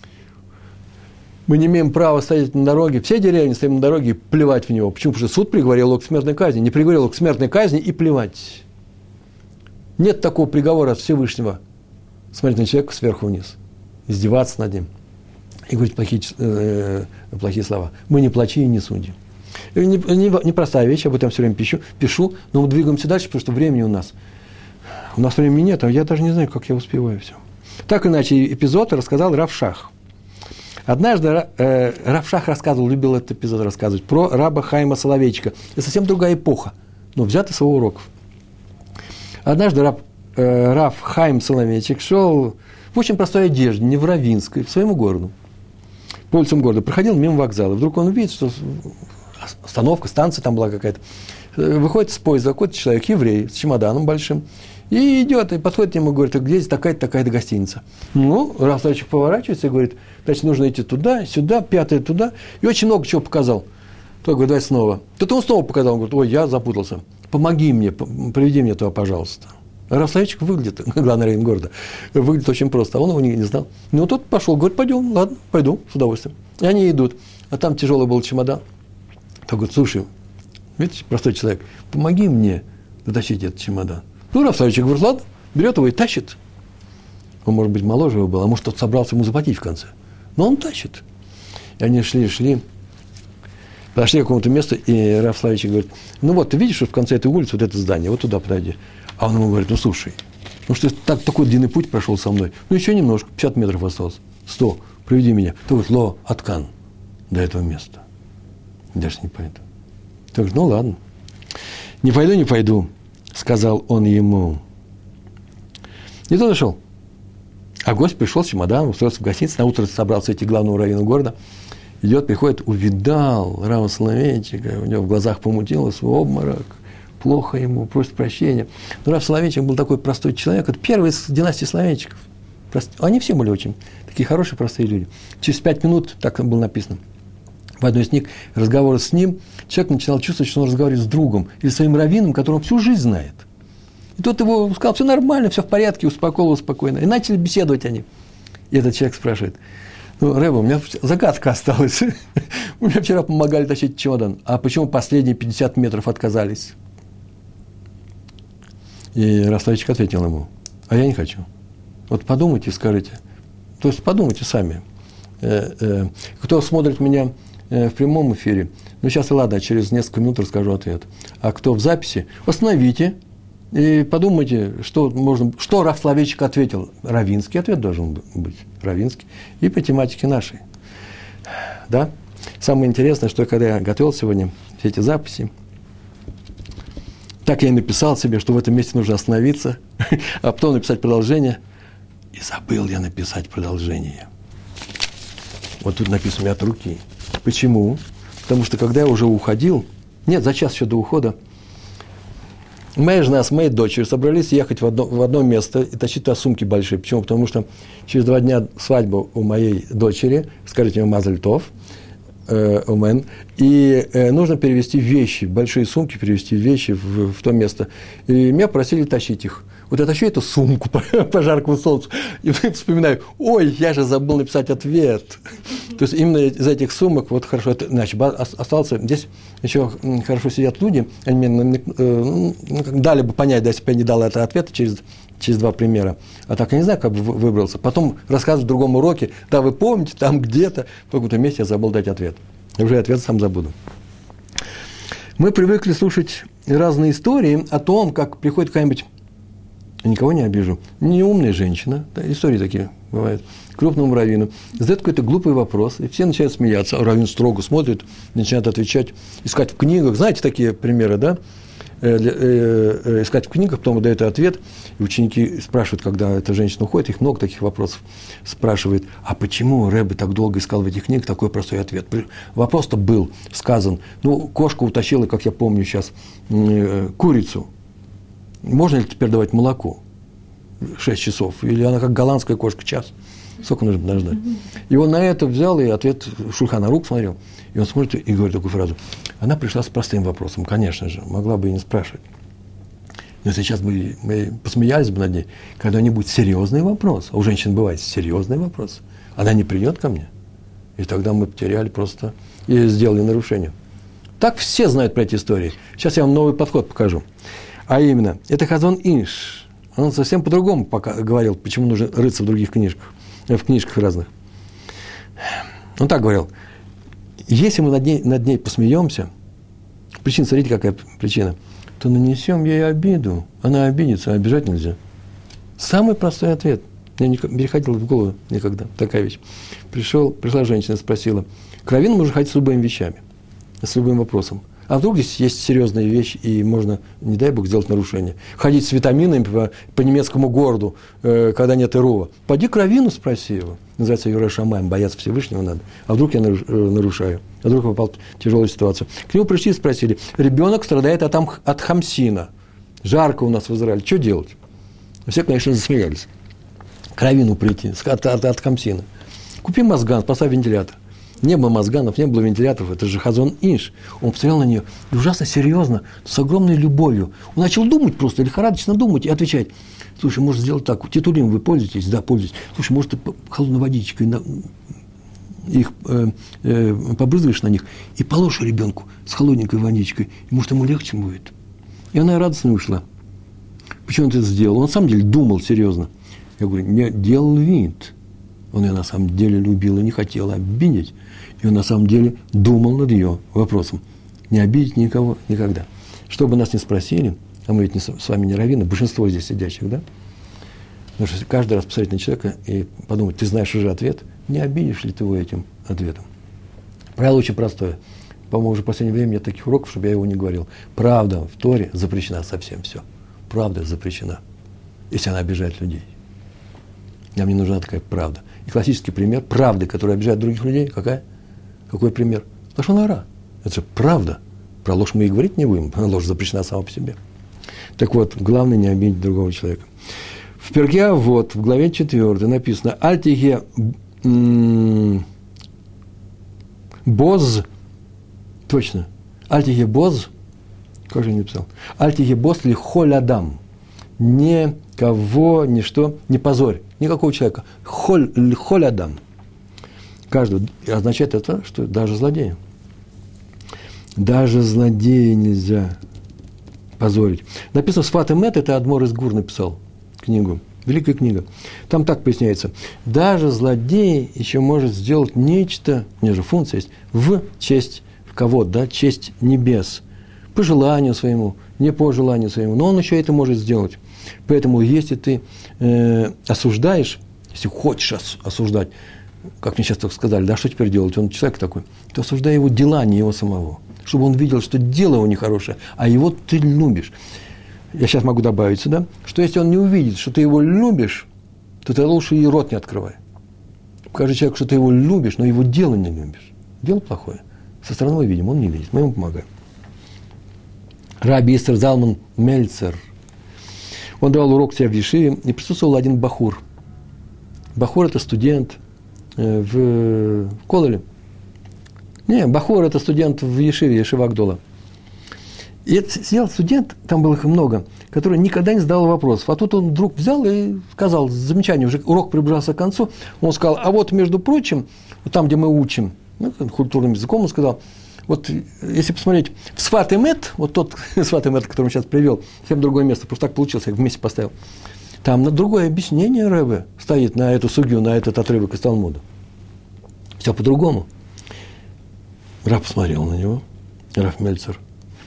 Мы не имеем права стоять на дороге. Все деревни стоим на дороге и плевать в него. Почему? Потому что суд приговорил его к смертной казни. Не приговорил его к смертной казни и плевать. Нет такого приговора от Всевышнего. Смотреть на человека сверху вниз. Издеваться над ним. И говорить плохие слова. Мы не плачи и не судьи. Непростая вещь, об этом все время пишу, но мы двигаемся дальше, потому что времени у нас времени нет, а я даже не знаю, как я успеваю все. Так или иначе, эпизод рассказал Рав Шах. Однажды Рав Шах любил этот эпизод рассказывать, про раба Хаима Соловейчика. Это совсем другая эпоха, но взято с его уроков. Однажды Рав Хаим Соловейчик шел в очень простой одежде, не в раввинской, в своему городу, по улицам города. Проходил мимо вокзала. Вдруг он видит, что остановка, станция там была какая-то. Выходит с поезда какой-то человек, еврей, с чемоданом большим, и идет, и подходит к нему и говорит: где здесь такая-то гостиница? Ну, Рав Соловейчик поворачивается и говорит: значит, нужно идти туда, сюда, 5-е туда. И очень много чего показал. Тот говорит: давай снова. Тут он снова показал, он говорит: ой, я запутался. Помоги мне, приведи меня туда, пожалуйста. Рав Соловейчик выглядит, главный раввин города, выглядит очень просто, а он его не знал. Ну, тот пошел, говорит: пойдем, ладно, пойду, с удовольствием. И они идут, а там тяжелый был чемодан. Тот говорит: слушай, видите, простой человек, помоги мне дотащить этот чемодан. Ну, Рав Соловейчик говорит: ладно, берет его и тащит. Он, может быть, моложе его был, а может, тот собрался ему заплатить в конце. Но он тащит. И они шли, подошли к какому-то месту, и Рав Соловейчик говорит: ну вот, ты видишь, что в конце этой улицы вот это здание, вот туда подойди. А он ему говорит: ну, слушай, ну что ты такой длинный путь прошел со мной, ну, еще немножко, 50 метров осталось, 100, приведи меня. Ты говорит: ло, откан, до этого места. Даже не пойду. Ты говоришь: ну, ладно. Не пойду, сказал он ему. И тот ушел. А гость пришел с чемоданом, устроился в гостинице, на утро собрался идти к главному раввину города. Идет, приходит, увидал Рава Соловейчика, у него в глазах помутилось, в обморок. плохо ему, просит прощения. Но Рав Соловейчик был такой простой человек, это первый из династии Соловейчиков. Они все были очень такие хорошие, простые люди. Через 5 минут, так было написано, в одной из книг, разговора с ним, человек начинал чувствовать, что он разговаривает с другом или своим раввином, которого он всю жизнь знает. И тот его сказал, все нормально, все в порядке, успокоил его спокойно. И начали беседовать они. И этот человек спрашивает, Рэбе, у меня загадка осталась. У меня вчера помогали тащить чемодан. А почему последние 50 метров отказались? И Рав Соловейчик ответил ему, а я не хочу. Вот подумайте, скажите. То есть подумайте сами. Кто смотрит меня в прямом эфире, сейчас и ладно, через несколько минут расскажу ответ. А кто в записи, остановите и подумайте, что Рав Соловейчик ответил. Равинский ответ должен быть, равинский, и по тематике нашей. Да? Самое интересное, что когда я готовил сегодня все эти записи, так я и написал себе, что в этом месте нужно остановиться, а потом написать продолжение. И забыл я написать продолжение. Вот тут написано у меня от руки. Почему? Потому что когда я уже уходил, за час еще до ухода, моя жена с моей дочерью собрались ехать в одно место и тащить туда сумки большие. Почему? Потому что через 2 дня свадьба у моей дочери, скажите мне, Мазаль Тов, Омен, и нужно перевезти вещи, большие сумки, перевезти вещи в то место. И меня просили тащить их. Вот я тащу эту сумку по жаркому солнцу и вспоминаю, ой, я же забыл написать ответ. То есть именно из этих сумок, вот хорошо, значит, остался, здесь еще хорошо сидят люди, они мне дали бы понять, да, если бы я не дал этот ответ через 2 примера. А так я не знаю, как бы выбрался. Потом рассказывать в другом уроке, да, вы помните, там где-то, в каком-то месте я забыл дать ответ. Я уже ответ сам забуду. Мы привыкли слушать разные истории о том, как приходит какая-нибудь, никого не обижу, неумная женщина, да, истории такие бывают, к крупному раввину, задает какой-то глупый вопрос, и все начинают смеяться, а раввин строго смотрит, начинает отвечать, искать в книгах, знаете такие примеры, да? Искать в книгах, потом дает ответ, и ученики спрашивают, когда эта женщина уходит, их много таких вопросов, спрашивает, а почему Ребе так долго искал в этих книгах такой простой ответ? Вопрос-то был сказан, кошка утащила, как я помню сейчас, курицу, можно ли теперь давать молоко 6 часов, или она как голландская кошка, час? Сколько нужно подождать? И он на это взял и ответ Шульхан Арух смотрел. И он смотрит и говорит такую фразу. Она пришла с простым вопросом, конечно же, могла бы и не спрашивать. Но сейчас мы посмеялись бы над ней, когда-нибудь серьезный вопрос, а у женщин бывает серьезный вопрос, она не придет ко мне. И тогда мы потеряли просто и сделали нарушение. Так все знают про эти истории. Сейчас я вам новый подход покажу. А именно, это Хазон Иш. Он совсем по-другому говорил, почему нужно рыться в других книжках, в книжках разных. Он так говорил. Если мы над ней посмеемся, причина, смотрите, какая причина, то нанесем ей обиду. Она обидится, а обижать нельзя. Самый простой ответ. Мне не переходило в голову никогда такая вещь. Пришла женщина, спросила, к раввину можно ходить с любыми вещами, с любым вопросом. А вдруг здесь есть серьезная вещь, и можно, не дай Бог, сделать нарушение. Ходить с витаминами по немецкому городу, когда нет ирува. Пойди к раввину, спроси его. Называется Юрей Шамаем, бояться Всевышнего надо. А вдруг я нарушаю? А вдруг я попал в тяжелую ситуацию? К нему пришли и спросили, ребенок страдает от хамсина. Жарко у нас в Израиле, что делать? Все, конечно, засмеялись. К раввину прийти, от хамсина. Купи мазган, поставь вентилятор. Не было мазганов, не было вентиляторов, это же Хазон Иш. Он посмотрел на нее ужасно серьезно, с огромной любовью. Он начал думать просто, лихорадочно думать и отвечать. Слушай, может сделать так, титулим вы пользуетесь? Да, пользуюсь. Слушай, может, ты холодной водичкой их побрызгаешь на них и положишь ребенку с холодненькой водичкой, и, может, ему легче будет. И она радостно ушла. Почему он это сделал? Он на самом деле думал серьезно. Я говорю, не делал вид. Он ее на самом деле любил и не хотел обидеть. И он на самом деле думал над ее вопросом. Не обидеть никого никогда. Что бы нас ни спросили, а мы ведь с вами не раввины, большинство здесь сидящих, да? Потому что каждый раз посмотреть на человека и подумать, ты знаешь уже ответ, не обидишь ли ты его этим ответом. Правило очень простое. По-моему, уже в последнее время нет таких уроков, чтобы я его не говорил. Правда в Торе запрещена совсем все. Правда запрещена, если она обижает людей. Нам не нужна такая правда. И классический пример правды, которая обижает других людей, какой пример? Лашон ара. Это же правда. Про ложь мы и говорить не будем, ложь запрещена сама по себе. Так вот, главное не обидеть другого человека. В Перкей Авот, в главе 4 написано «Альтихе боз», точно, «Альтихе боз», как же я не написал, «Альтихе боз ли холь адам», никого, ничто, не позорь, никакого человека, холь адам, каждого, и означает это, что даже злодея нельзя позорить. Написано «Сфат эмет», это Адмор из Гур написал книгу, великая книга. Там так поясняется. Даже злодей еще может сделать нечто, у него же функция есть, в честь кого, да, честь небес, по желанию своему, не по желанию своему, но он еще это может сделать. Поэтому, если ты осуждаешь, если хочешь осуждать, как мне сейчас только сказали, да, что теперь делать, он человек такой, то осуждай его дела, не его самого. Чтобы он видел, что дело его нехорошее, а его ты любишь. Я сейчас могу добавить сюда, что если он не увидит, что ты его любишь, то ты лучше и рот не открывай. Покажи человеку, что ты его любишь, но его дело не любишь. Дело плохое. Со стороны мы видим, он не видит, мы ему помогаем. Раби Истер Залман Мельцер. Он давал урок себе в Ешиве, и присутствовал один бахур. Бахур – это студент в Колеле. Не, бахур – это студент в Ешиве, Ешива Агдола. И сидел студент, там было их много, который никогда не задал вопросов. А тут он вдруг взял и сказал, замечание, уже урок приближался к концу, он сказал, а вот, между прочим, вот там, где мы учим, культурным языком, он сказал, вот если посмотреть в Сфат эмет, вот тот Сфат эмет, который он сейчас привел, совсем другое место, просто так получилось, я их вместе поставил, там другое объяснение Ребе стоит на эту сугью, на этот отрывок из Талмуда. Все по-другому. Рав посмотрел на него, Рав Мельцер,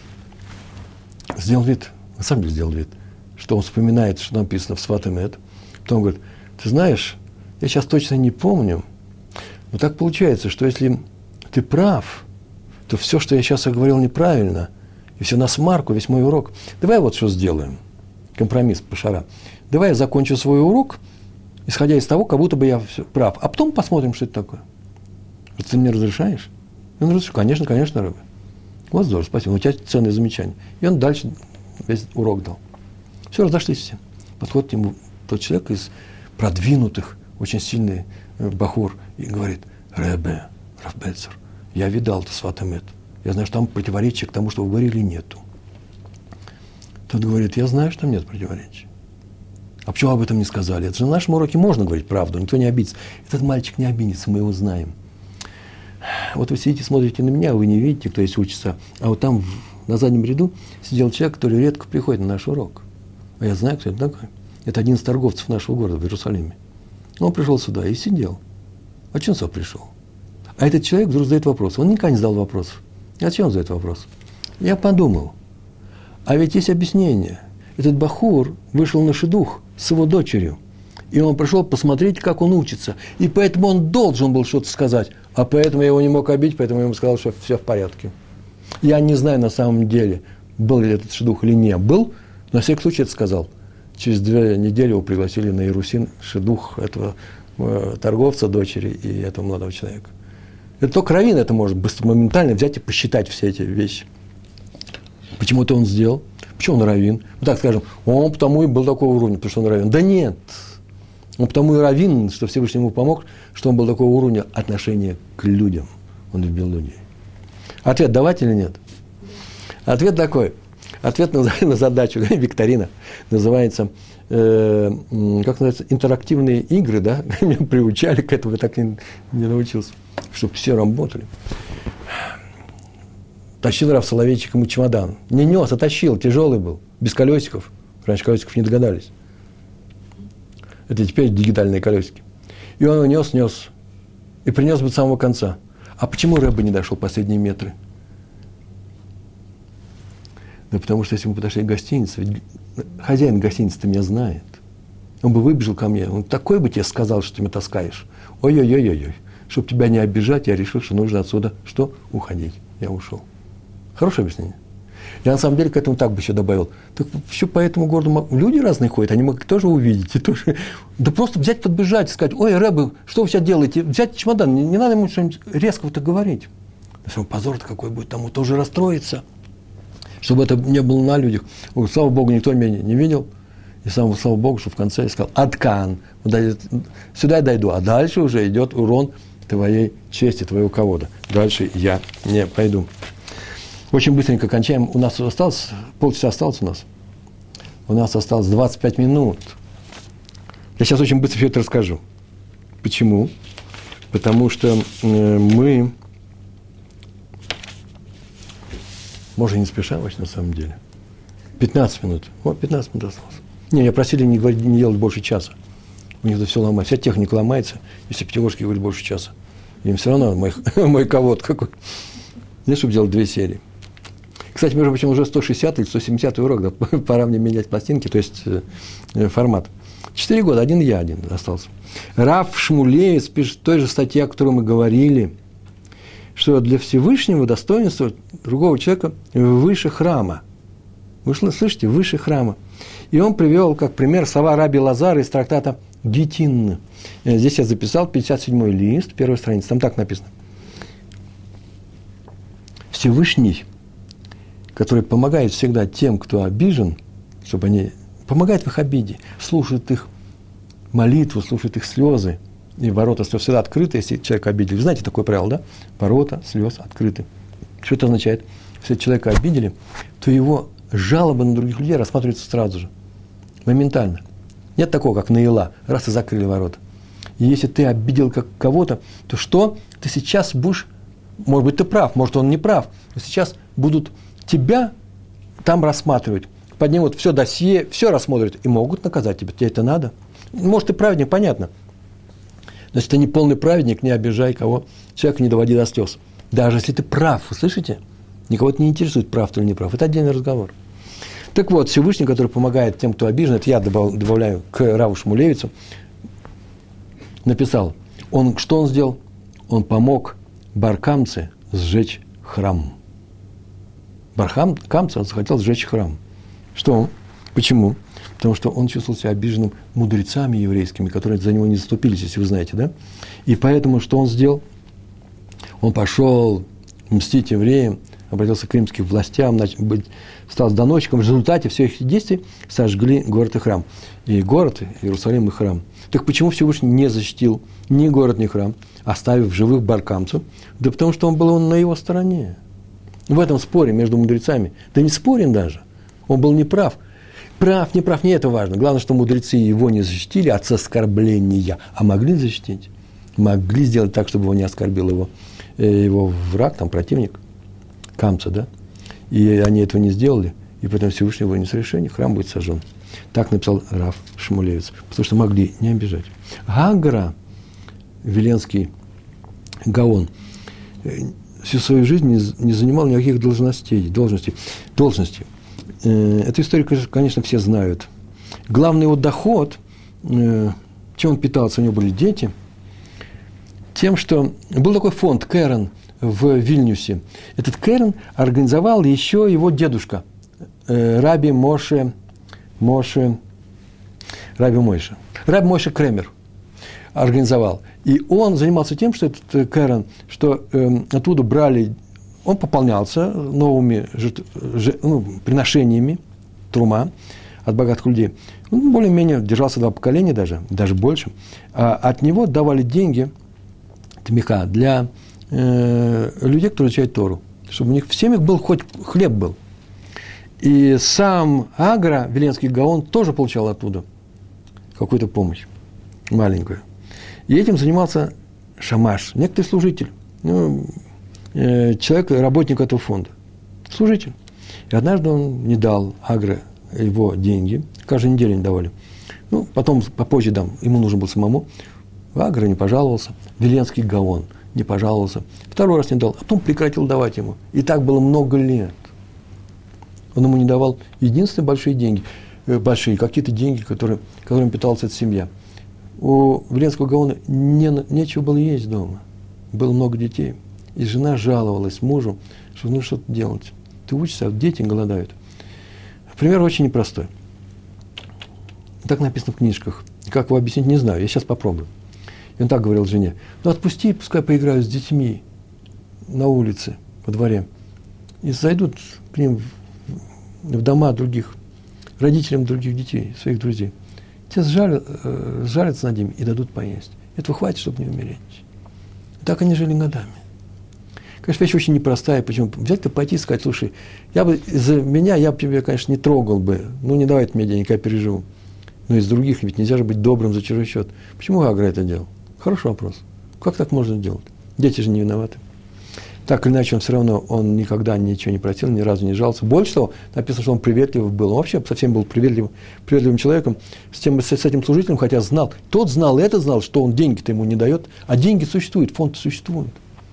сделал вид, на самом деле сделал вид, что он вспоминает, что написано в Сфат эмет. Потом говорит, ты знаешь, я сейчас точно не помню, но так получается, что если ты прав, то все, что я сейчас говорил неправильно, и все на смарку, весь мой урок. Давай вот что сделаем. Компромисс, пашара. Давай я закончу свой урок, исходя из того, как будто бы я все прав. А потом посмотрим, что это такое. Вот ты мне разрешаешь? Он разрешил, конечно, Ребе. Вот здорово, спасибо, у тебя ценное замечание. И он дальше весь урок дал. Все, разошлись все. Подходит к нему тот человек из продвинутых, очень сильный бахур, и говорит, Ребе, Рав Мельцер, я видал это Сфат эмет. Я знаю, что там противоречия к тому, что вы говорили, нету. Тот говорит, я знаю, что там нет противоречий. А почему об этом не сказали? Это же на нашем уроке можно говорить правду, никто не обидится. Этот мальчик не обидится, мы его знаем. Вот вы сидите, смотрите на меня, вы не видите, кто здесь учится. А вот там, на заднем ряду, сидел человек, который редко приходит на наш урок. А я знаю, кто это такой. Это один из торговцев нашего города в Иерусалиме. Он пришел сюда и сидел. А чего он сюда пришел? А этот человек вдруг задает вопрос. Он никогда не задал вопросов. А зачем он задает вопрос? Я подумал. А ведь есть объяснение. Этот бахур вышел на шидух с его дочерью. И он пришел посмотреть, как он учится. И поэтому он должен был что-то сказать. А поэтому я его не мог обидеть, поэтому я ему сказал, что все в порядке. Я не знаю на самом деле, был ли этот шидух или не был. Но на всякий случай это сказал. Через 2 недели его пригласили на Ирусин, шидух этого торговца, дочери и этого молодого человека. Это только раввин это может быстро, моментально взять и посчитать все эти вещи. Почему это он сделал? Почему он раввин? Мы так скажем, он потому и был такого уровня, потому что он раввин. Да нет. Он потому и раввин, что Всевышний ему помог, что он был такого уровня отношения к людям. Он любил людей. Ответ давать или нет? Ответ такой. Ответ на задачу, викторина, называется, как называется, интерактивные игры, да? Меня приучали к этому, я так и не научился, чтобы все работали. Тащил Рав Соловейчик ему чемодан. Не нес, а тащил, тяжелый был, без колесиков. Раньше колесиков не догадались. Это теперь дигитальные колесики. И он его нес, и принес бы до самого конца. А почему Ребе не дошел последние метры? Да потому что если мы подошли к гостинице, ведь хозяин гостиницы-то меня знает. Он бы выбежал ко мне, он такой бы тебе сказал, что ты меня таскаешь. Ой-ой-ой-ой-ой. Чтобы тебя не обижать, я решил, что нужно отсюда что? Уходить. Я ушел. Хорошее объяснение. Я на самом деле к этому так бы еще добавил. Так еще по этому городу люди разные ходят, они могут тоже увидеть. И тоже, да просто взять, подбежать и сказать, ой, Ребе, что вы сейчас делаете? Взять чемодан, не надо ему что-нибудь резкого-то говорить. Но все равно позор-то какой будет, тому тоже расстроится. чтобы это не было на людях. Слава Богу, никто меня не видел. И слава Богу, что в конце я сказал: «Аткан». Сюда я дойду, а дальше уже идет урон твоей чести, твоего кого-то. Дальше я не пойду. Очень быстренько кончаем. У нас осталось, полчаса осталось у нас. У нас осталось 25 минут. Я сейчас очень быстро все это расскажу. Почему? Потому что мы... Может, не спеша вообще на самом деле. 15 минут. Вот 15 минут осталось. Не, меня просили не делать больше часа. У них это все ломается. Вся техника ломается, если Пятигорский говорит больше часа. Им все равно мой кого-то какой. Не, чтобы делать 2 серии. Кстати, между прочим, уже 160 или 170 урок, да, пора мне менять пластинки, то есть формат. 4 года, один остался. Рав Шмулевец пишет в той же статье, о которой мы говорили, что для Всевышнего достоинство другого человека выше храма. Вы слышите? Выше храма. И он привел как пример слова раби Лазара из трактата Гитин. Здесь я записал 57-й лист, первая страница, там так написано. Всевышний, который помогает всегда тем, кто обижен, чтобы они помогает в их обиде, слушает их молитву, слушает их слезы, и ворота слез всегда открыты, если человека обидели. Вы знаете такое правило, да? Ворота слез открыты. Что это означает? Если человека обидели, то его жалобы на других людей рассматриваются сразу же, моментально. Нет такого, как наила, раз и закрыли ворота. И если ты обидел кого-то, то что? Ты сейчас будешь, может быть, ты прав, может, он не прав, но сейчас будут тебя там рассматривать, поднимут все досье, все рассмотрят и могут наказать тебя. Тебе это надо? Может, ты праведник, понятно. Но если ты не полный праведник, не обижай кого. Человека не доводи до слез. Даже если ты прав, вы слышите? Никого это не интересует, прав ты или не прав. Это отдельный разговор. Так вот, Всевышний, который помогает тем, кто обижен, это я добавляю к Раву Шмулевицу, написал, что он сделал? Он помог Бар-Камце сжечь храм. Бар-Камце он захотел сжечь храм. Что? Почему? Потому что он чувствовал себя обиженным мудрецами еврейскими, которые за него не заступились, если вы знаете, да? И поэтому что он сделал? Он пошел мстить евреям, обратился к римским властям, стал доносчиком. В результате всех этих действий сожгли город и храм. И город, Иерусалим, и храм. Так почему Всевышний не защитил ни город, ни храм, оставив в живых Бар-Камцу? Да потому что он был на его стороне. В этом споре между мудрецами. Да не спорим даже. Он был неправ. Прав, не прав, не это важно. Главное, что мудрецы его не защитили от оскорбления, а могли защитить. Могли сделать так, чтобы его не оскорбил его враг, там, противник. Камца, да? И они этого не сделали, и поэтому Всевышний вынес решение, храм будет сожжен. Так написал Рав Шмулевец, потому что могли не обижать. Гагра, Виленский Гаон, всю свою жизнь не занимал никаких должностей. Эту историю, конечно, все знают. Главный его доход, чем он питался, у него были дети, тем, что был такой фонд Керен в Вильнюсе. Этот Керен организовал еще его дедушка, Раби Моше Кремер организовал. И он занимался тем, что этот Керен, что оттуда брали, он пополнялся новыми приношениями трума от богатых людей. Он более-менее держался 2 поколения даже больше. А от него давали деньги, тмиха, для людей, которые изучают Тору, чтобы у них в семьях был хоть хлеб был. И сам Агра, Виленский Гаон, тоже получал оттуда какую-то помощь маленькую. И этим занимался шамаш, некоторый служитель, человек, работник этого фонда, служитель. И однажды он не дал Агре его деньги, каждую неделю не давали. Потом, попозже дам, ему нужен был самому. Агра не пожаловался, Виленский Гаон не пожаловался, 2 раз не дал, а потом прекратил давать ему. И так было много лет. Он ему не давал единственные большие деньги, какие-то деньги, которыми питалась эта семья. У Виленского Гаона нечего было есть дома. Было много детей. И жена жаловалась мужу, что что-то делать. Ты учишься, а дети голодают. Пример очень непростой. Так написано в книжках. Как его объяснить, не знаю. Я сейчас попробую. И он так говорил жене: отпусти, пускай поиграют с детьми на улице, во дворе. И зайдут к ним в дома других, родителям других детей, своих друзей. Те сжалятся над ними и дадут поесть. Этого хватит, чтобы не умереть. И так они жили годами. Конечно, вещь очень непростая. Почему? Взять-то пойти и сказать, слушай, я бы тебя, конечно, не трогал бы. Ну, не давай мне денег, я переживу. Но из других ведь нельзя же быть добрым за чужой счет. Почему Агра это делал? Хороший вопрос. Как так можно делать? Дети же не виноваты. Так или иначе, он никогда ничего не просил, ни разу не жаловался. Больше того, написано, что он приветлив был. Он вообще совсем был приветливым человеком с этим служителем, хотя знал. Тот знал, и этот знал, что он деньги-то ему не дает, а деньги существуют, фонд существует.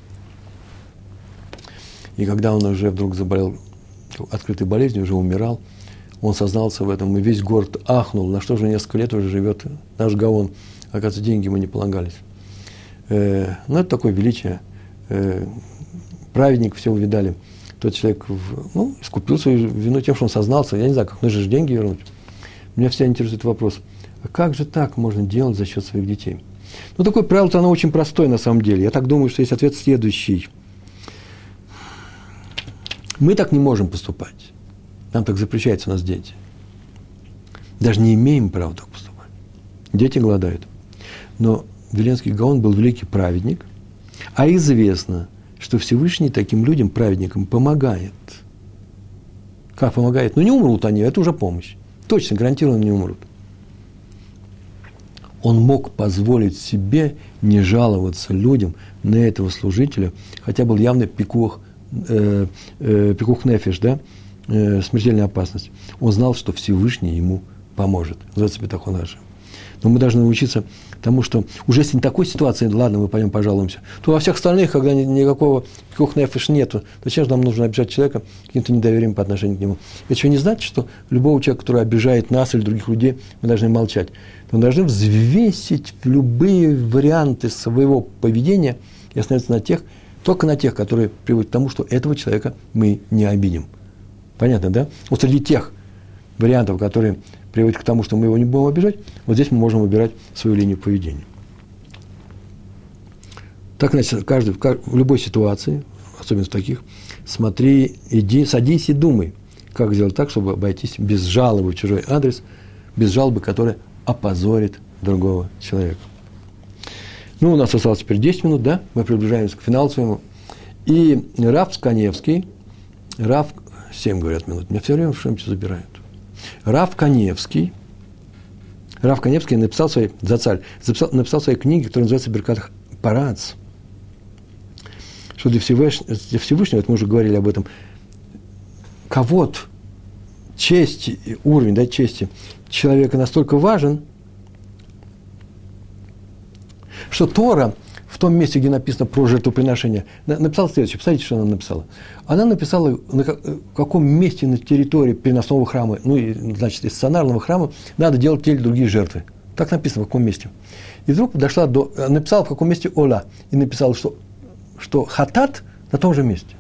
И когда он уже вдруг заболел открытой болезнью, уже умирал, он сознался в этом, и весь город ахнул, на что же несколько лет уже живет наш Гаон. Оказывается, деньги ему не полагались. Но это такое величие. Праведник, все увидали. Тот человек искупил свою вину тем, что он сознался. Я не знаю, как нужно же деньги вернуть. Меня всегда интересует вопрос, а как же так можно делать за счет своих детей? Ну, такое правило-то, оно очень простое на самом деле. Я так думаю, что есть ответ следующий. Мы так не можем поступать. Нам так запрещаются у нас дети. Даже не имеем права так поступать. Дети голодают. Но Виленский Гаон был великий праведник, а известно, что Всевышний таким людям, праведникам, помогает. Как помогает? Ну, не умрут они, это уже помощь. Точно, гарантированно не умрут. Он мог позволить себе не жаловаться людям на этого служителя, хотя был явный пикух нефеш, да, смертельная опасность. Он знал, что Всевышний ему поможет. Называется бетахон хашем. Но мы должны научиться тому, что уже если не такой ситуации, ладно, мы пойдем пожалуемся, то во всех остальных, когда никакого пикух нефеш нету, зачем же нам нужно обижать человека каким-то недоверием по отношению к нему? Это еще не значит, что любого человека, который обижает нас или других людей, мы должны молчать. Мы должны взвесить любые варианты своего поведения и остановиться на тех, только на тех, которые приводят к тому, что этого человека мы не обидим. Понятно, да? Вот среди тех вариантов, которые приводят к тому, что мы его не будем обижать, вот здесь мы можем выбирать свою линию поведения. Так, значит, в любой ситуации, особенно в таких, смотри, иди, садись и думай, как сделать так, чтобы обойтись без жалобы в чужой адрес, без жалобы, которая опозорит другого человека. Ну, у нас осталось теперь 10 минут, да? Мы приближаемся к финалу своему. И Рав Каневский, 7, говорят, минут, меня все время в что-нибудь забирают. Рав Каневский написал написал в своей книге, которая называется «Беркат Парац», что для Всевышнего, это мы уже говорили об этом, кого-то чести, уровень, да, чести человека настолько важен, что Тора в том месте, где написано про жертвоприношение, написала следующее. Посмотрите, что она написала. Она написала, в каком месте на территории переносного храма, значит, из стационарного храма, надо делать те или другие жертвы. Так написано, в каком месте. И вдруг написала, в каком месте Ола. И написала, что хатат на том же месте.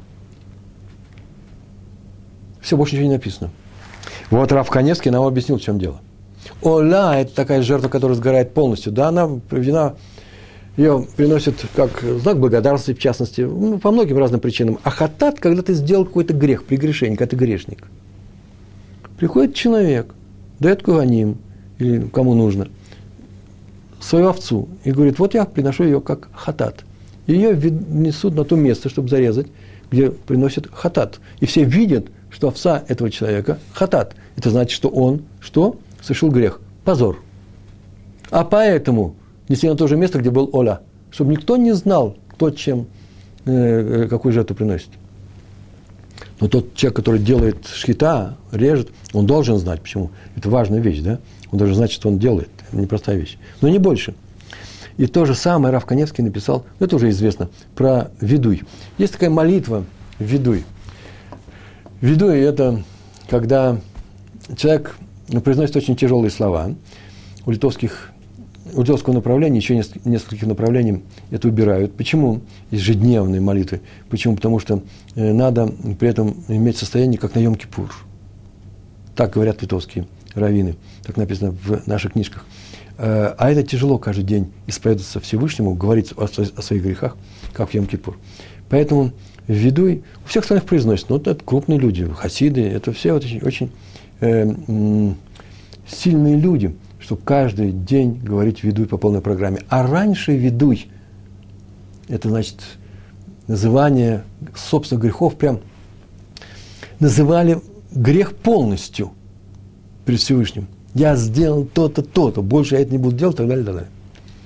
Все, больше ничего не написано. Вот Рав Каневский нам объяснил, в чем дело. Ола – это такая жертва, которая сгорает полностью. Да, она приведена, ее приносят как знак благодарности, в частности, по многим разным причинам. А хатат, когда ты сделал какой-то грех, прегрешение, когда ты грешник. Приходит человек, дает куаним, или кому нужно, свою овцу, и говорит, вот я приношу ее как хатат. Ее несут на то место, чтобы зарезать, где приносят хатат. И все видят, что овца этого человека хатат. Это значит, что он, совершил грех, позор. А поэтому несли на то же место, где был Оля, чтобы никто не знал, кто какую жертву приносит. Но тот человек, который делает шхита, режет, он должен знать, почему. Это важная вещь, да? Он должен знать, что он делает. Это непростая вещь. Но не больше. И то же самое Рав Каневский написал, это уже известно, про ведуй. Есть такая молитва ведуй. Ведуй – это когда человек произносит очень тяжелые слова. У литовского направления, еще нескольких направлений это убирают. Почему? Ежедневные молитвы. Почему? Потому что надо при этом иметь состояние, как на Йом-Кипур. Так говорят литовские раввины. Так написано в наших книжках. А это тяжело каждый день исповедоваться Всевышнему, говорить о своих грехах, как в Йом-Кипур. Поэтому ведуй, у всех остальных произносят, но это крупные люди, хасиды, это все вот очень сильные люди, чтобы каждый день говорить ведуй по полной программе. А раньше ведуй, это значит называние собственных грехов, прям называли грех полностью перед Всевышним. Я сделал то-то, то-то, больше я это не буду делать, и так далее, и так далее.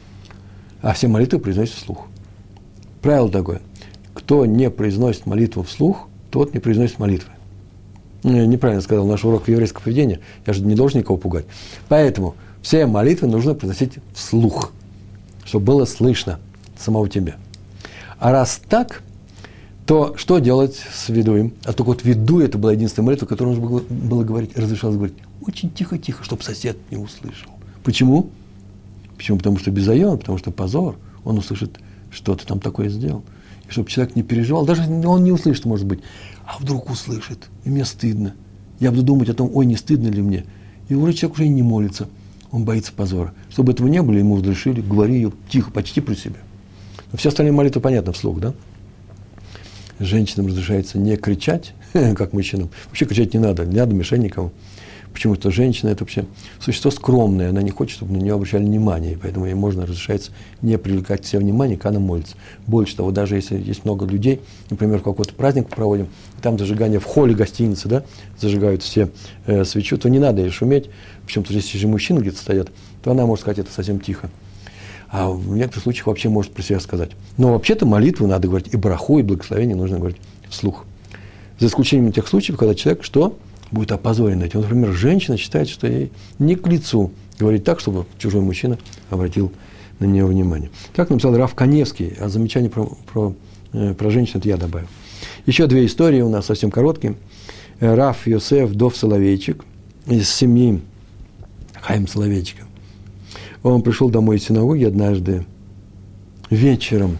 А все молитвы произносят вслух. Правило такое. Кто не произносит молитву вслух, тот не произносит молитвы. Неправильно сказал наш урок еврейского поведения. Я же не должен никого пугать. Поэтому все молитвы нужно произносить вслух, чтобы было слышно самого тебя. А раз так, то что делать с ведуем? А только вот ведуй, это была единственная молитва, которую нужно было говорить, разрешалось говорить очень тихо-тихо, чтобы сосед не услышал. Почему? Почему? Потому что безайон, потому что позор. Он услышит, что ты там такое сделал. И чтобы человек не переживал, даже он не услышит, может быть, а вдруг услышит, и мне стыдно. Я буду думать о том, ой, не стыдно ли мне. И уже человек уже и не молится, он боится позора. Чтобы этого не было, ему разрешили, говори ее тихо, почти при себе. Но все остальные молитвы понятно вслух, да? Женщинам разрешается не кричать, как мужчинам. Вообще кричать не надо мешать никому. Почему-то женщина – это вообще существо скромное, она не хочет, чтобы на нее обращали внимание, и поэтому ей разрешается не привлекать к себе внимание, когда она молится. Больше того, даже если есть много людей, например, какой-то праздник проводим, и там зажигание в холле гостиницы, да, зажигают все свечу, то не надо ей шуметь, причем-то если же мужчины где-то стоят, то она может сказать это совсем тихо. А в некоторых случаях вообще может про себя сказать. Но вообще-то молитву надо говорить, и браху, и благословение нужно говорить вслух. За исключением тех случаев, когда человек что? Будет опозорен этим. Например, женщина считает, что ей не к лицу говорить так, чтобы чужой мужчина обратил на нее внимание. Так написал Рав Каневский, а замечание про женщин это я добавил. Еще две истории у нас совсем короткие. Рав Йосеф Дов Соловейчик из семьи Хаим Соловейчика. Он пришел домой из синагоги однажды вечером.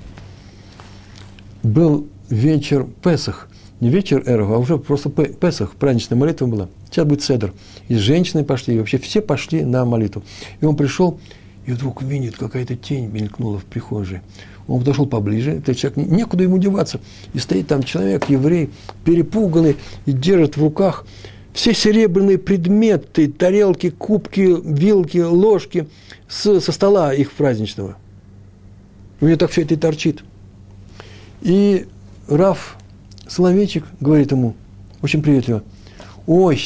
Был вечер Песах. Не вечер Эров, а уже просто Песах, праздничная молитва была. Сейчас будет седер. И женщины пошли, и вообще все пошли на молитву. И он пришел, и вдруг видит, какая-то тень мелькнула в прихожей. Он подошел поближе, этот человек, некуда ему деваться. И стоит там человек, еврей, перепуганный, и держит в руках все серебряные предметы, тарелки, кубки, вилки, ложки со стола их праздничного. У него так все это и торчит. И Рав Соловейчик говорит ему очень приветливо: ой,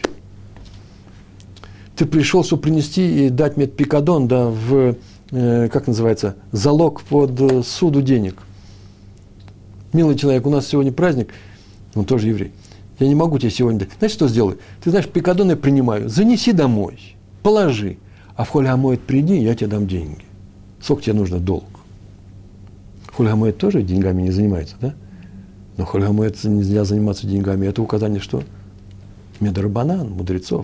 ты пришел, чтобы принести и дать мне пикадон, да, как называется, залог под суду денег. Милый человек, у нас сегодня праздник, он тоже еврей, я не могу тебе сегодня дать. Знаешь, что сделаю? Ты знаешь, пикадон я принимаю, занеси домой, положи, а в Холь Хамоэд приди, я тебе дам деньги. Сколько тебе нужно долг? Холь Хамоэд тоже деньгами не занимается, да? Но Холь Хамоэд нельзя заниматься деньгами. Это указание что? Медарабанан, мудрецов.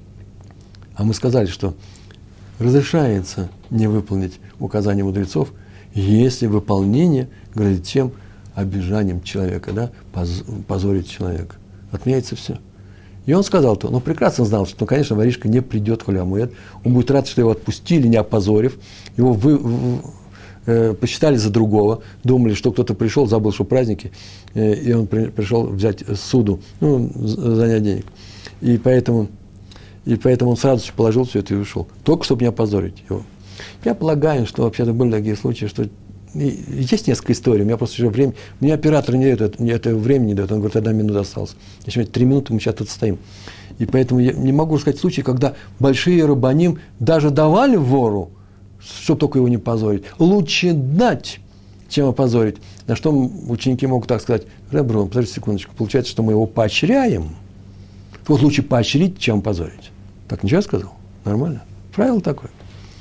А мы сказали, что разрешается не выполнить указания мудрецов, если выполнение грозит чем? Обижанием человека, да? Позорить человека. Отменяется все. И он сказал то, но прекрасно знал, что, конечно, воришка не придет в Холь Хамоэд. Он будет рад, что его отпустили, не опозорив. Его посчитали за другого, думали, что кто-то пришел, забыл, что праздники, и он пришел взять суду, занять денег. И поэтому он сразу же положил все это и ушел, только чтобы не опозорить его. Я полагаю, что вообще-то были такие случаи, что есть несколько историй, у меня просто уже время, мне оператор не дает, это времени не дает, он говорит, 1 минута осталась. Еще 3 минуты мы сейчас тут стоим. И поэтому я не могу сказать случаи, когда большие рабаним даже давали вору, чтобы только его не позорить. Лучше дать, чем опозорить. На что ученики могут так сказать: Ребро, подождите секундочку, получается, что мы его поощряем. Вот лучше поощрить, чем позорить. Так ничего я сказал? Нормально? Правило такое.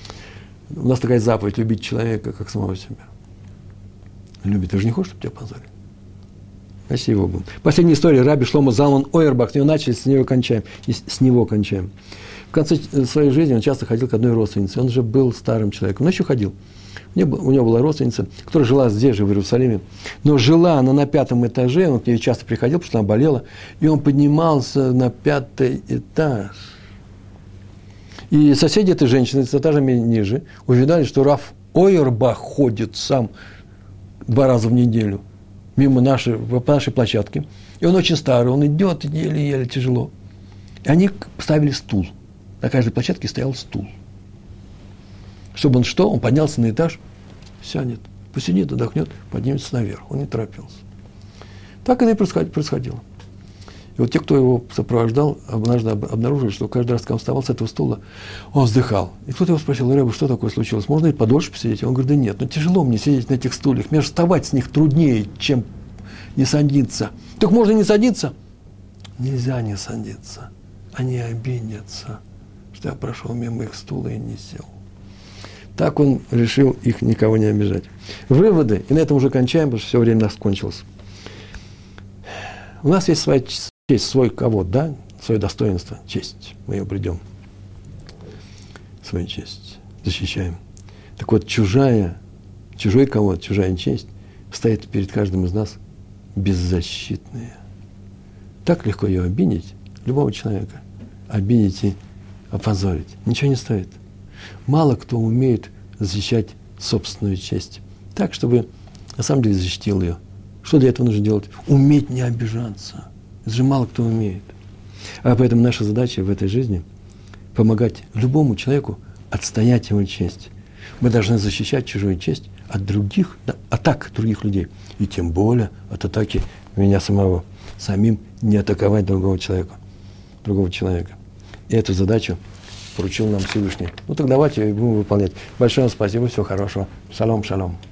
У нас такая заповедь: любить человека, как самого себя. Любит, ты же не хочешь, чтобы тебя позорили. Значит, его будем. Последняя история. Раби Шломо Залман Ойербах. С него начали, с него кончаем. И с него кончаем. В конце своей жизни он часто ходил к одной родственнице. Он же был старым человеком, но еще ходил. У него была родственница, которая жила здесь же, в Иерусалиме. Но жила она на 5-м этаже, он к ней часто приходил, потому что она болела. И он поднимался на 5-й этаж. И соседи этой женщины с этажами ниже увидали, что Рав Ойербах ходит сам 2 раза в неделю мимо по нашей площадке. И он очень старый, он идет еле-еле тяжело. И они поставили стул. На каждой площадке стоял стул. Чтобы он поднялся на этаж, сядет, посидит, отдохнет, поднимется наверх. Он не торопился. Так это и происходило. И вот те, кто его сопровождал, однажды обнаружили, что каждый раз, когда он вставал с этого стула, он вздыхал. И кто-то его спросил: Рэбе, что такое случилось? Можно и подольше посидеть? Он говорит: да нет, тяжело мне сидеть на этих стульях. Мне же вставать с них труднее, чем не садиться. Так можно не садиться? Нельзя не садиться. Они обидятся, что я прошел мимо их стула и не сел. Так он решил их никого не обижать. Выводы, и на этом уже кончаем, потому что все время у нас кончилось. У нас есть своя честь, свой кавод, да? Свое достоинство, честь. Мы ее придем. Свою честь защищаем. Так вот, чужой кавод, чужая честь стоит перед каждым из нас беззащитная. Так легко ее обидеть, любого человека. Обидеть и опозорить. Ничего не стоит. Мало кто умеет защищать собственную честь. Так, чтобы на самом деле защитил ее. Что для этого нужно делать? Уметь не обижаться. Это же мало кто умеет. А поэтому наша задача в этой жизни – помогать любому человеку отстоять его честь. Мы должны защищать чужую честь от других, атак других людей. И тем более от атаки меня самого. Самим не атаковать другого человека. И эту задачу поручил нам Всевышний. Так давайте будем выполнять. Большое вам спасибо, всего хорошего. Шалом, шалом.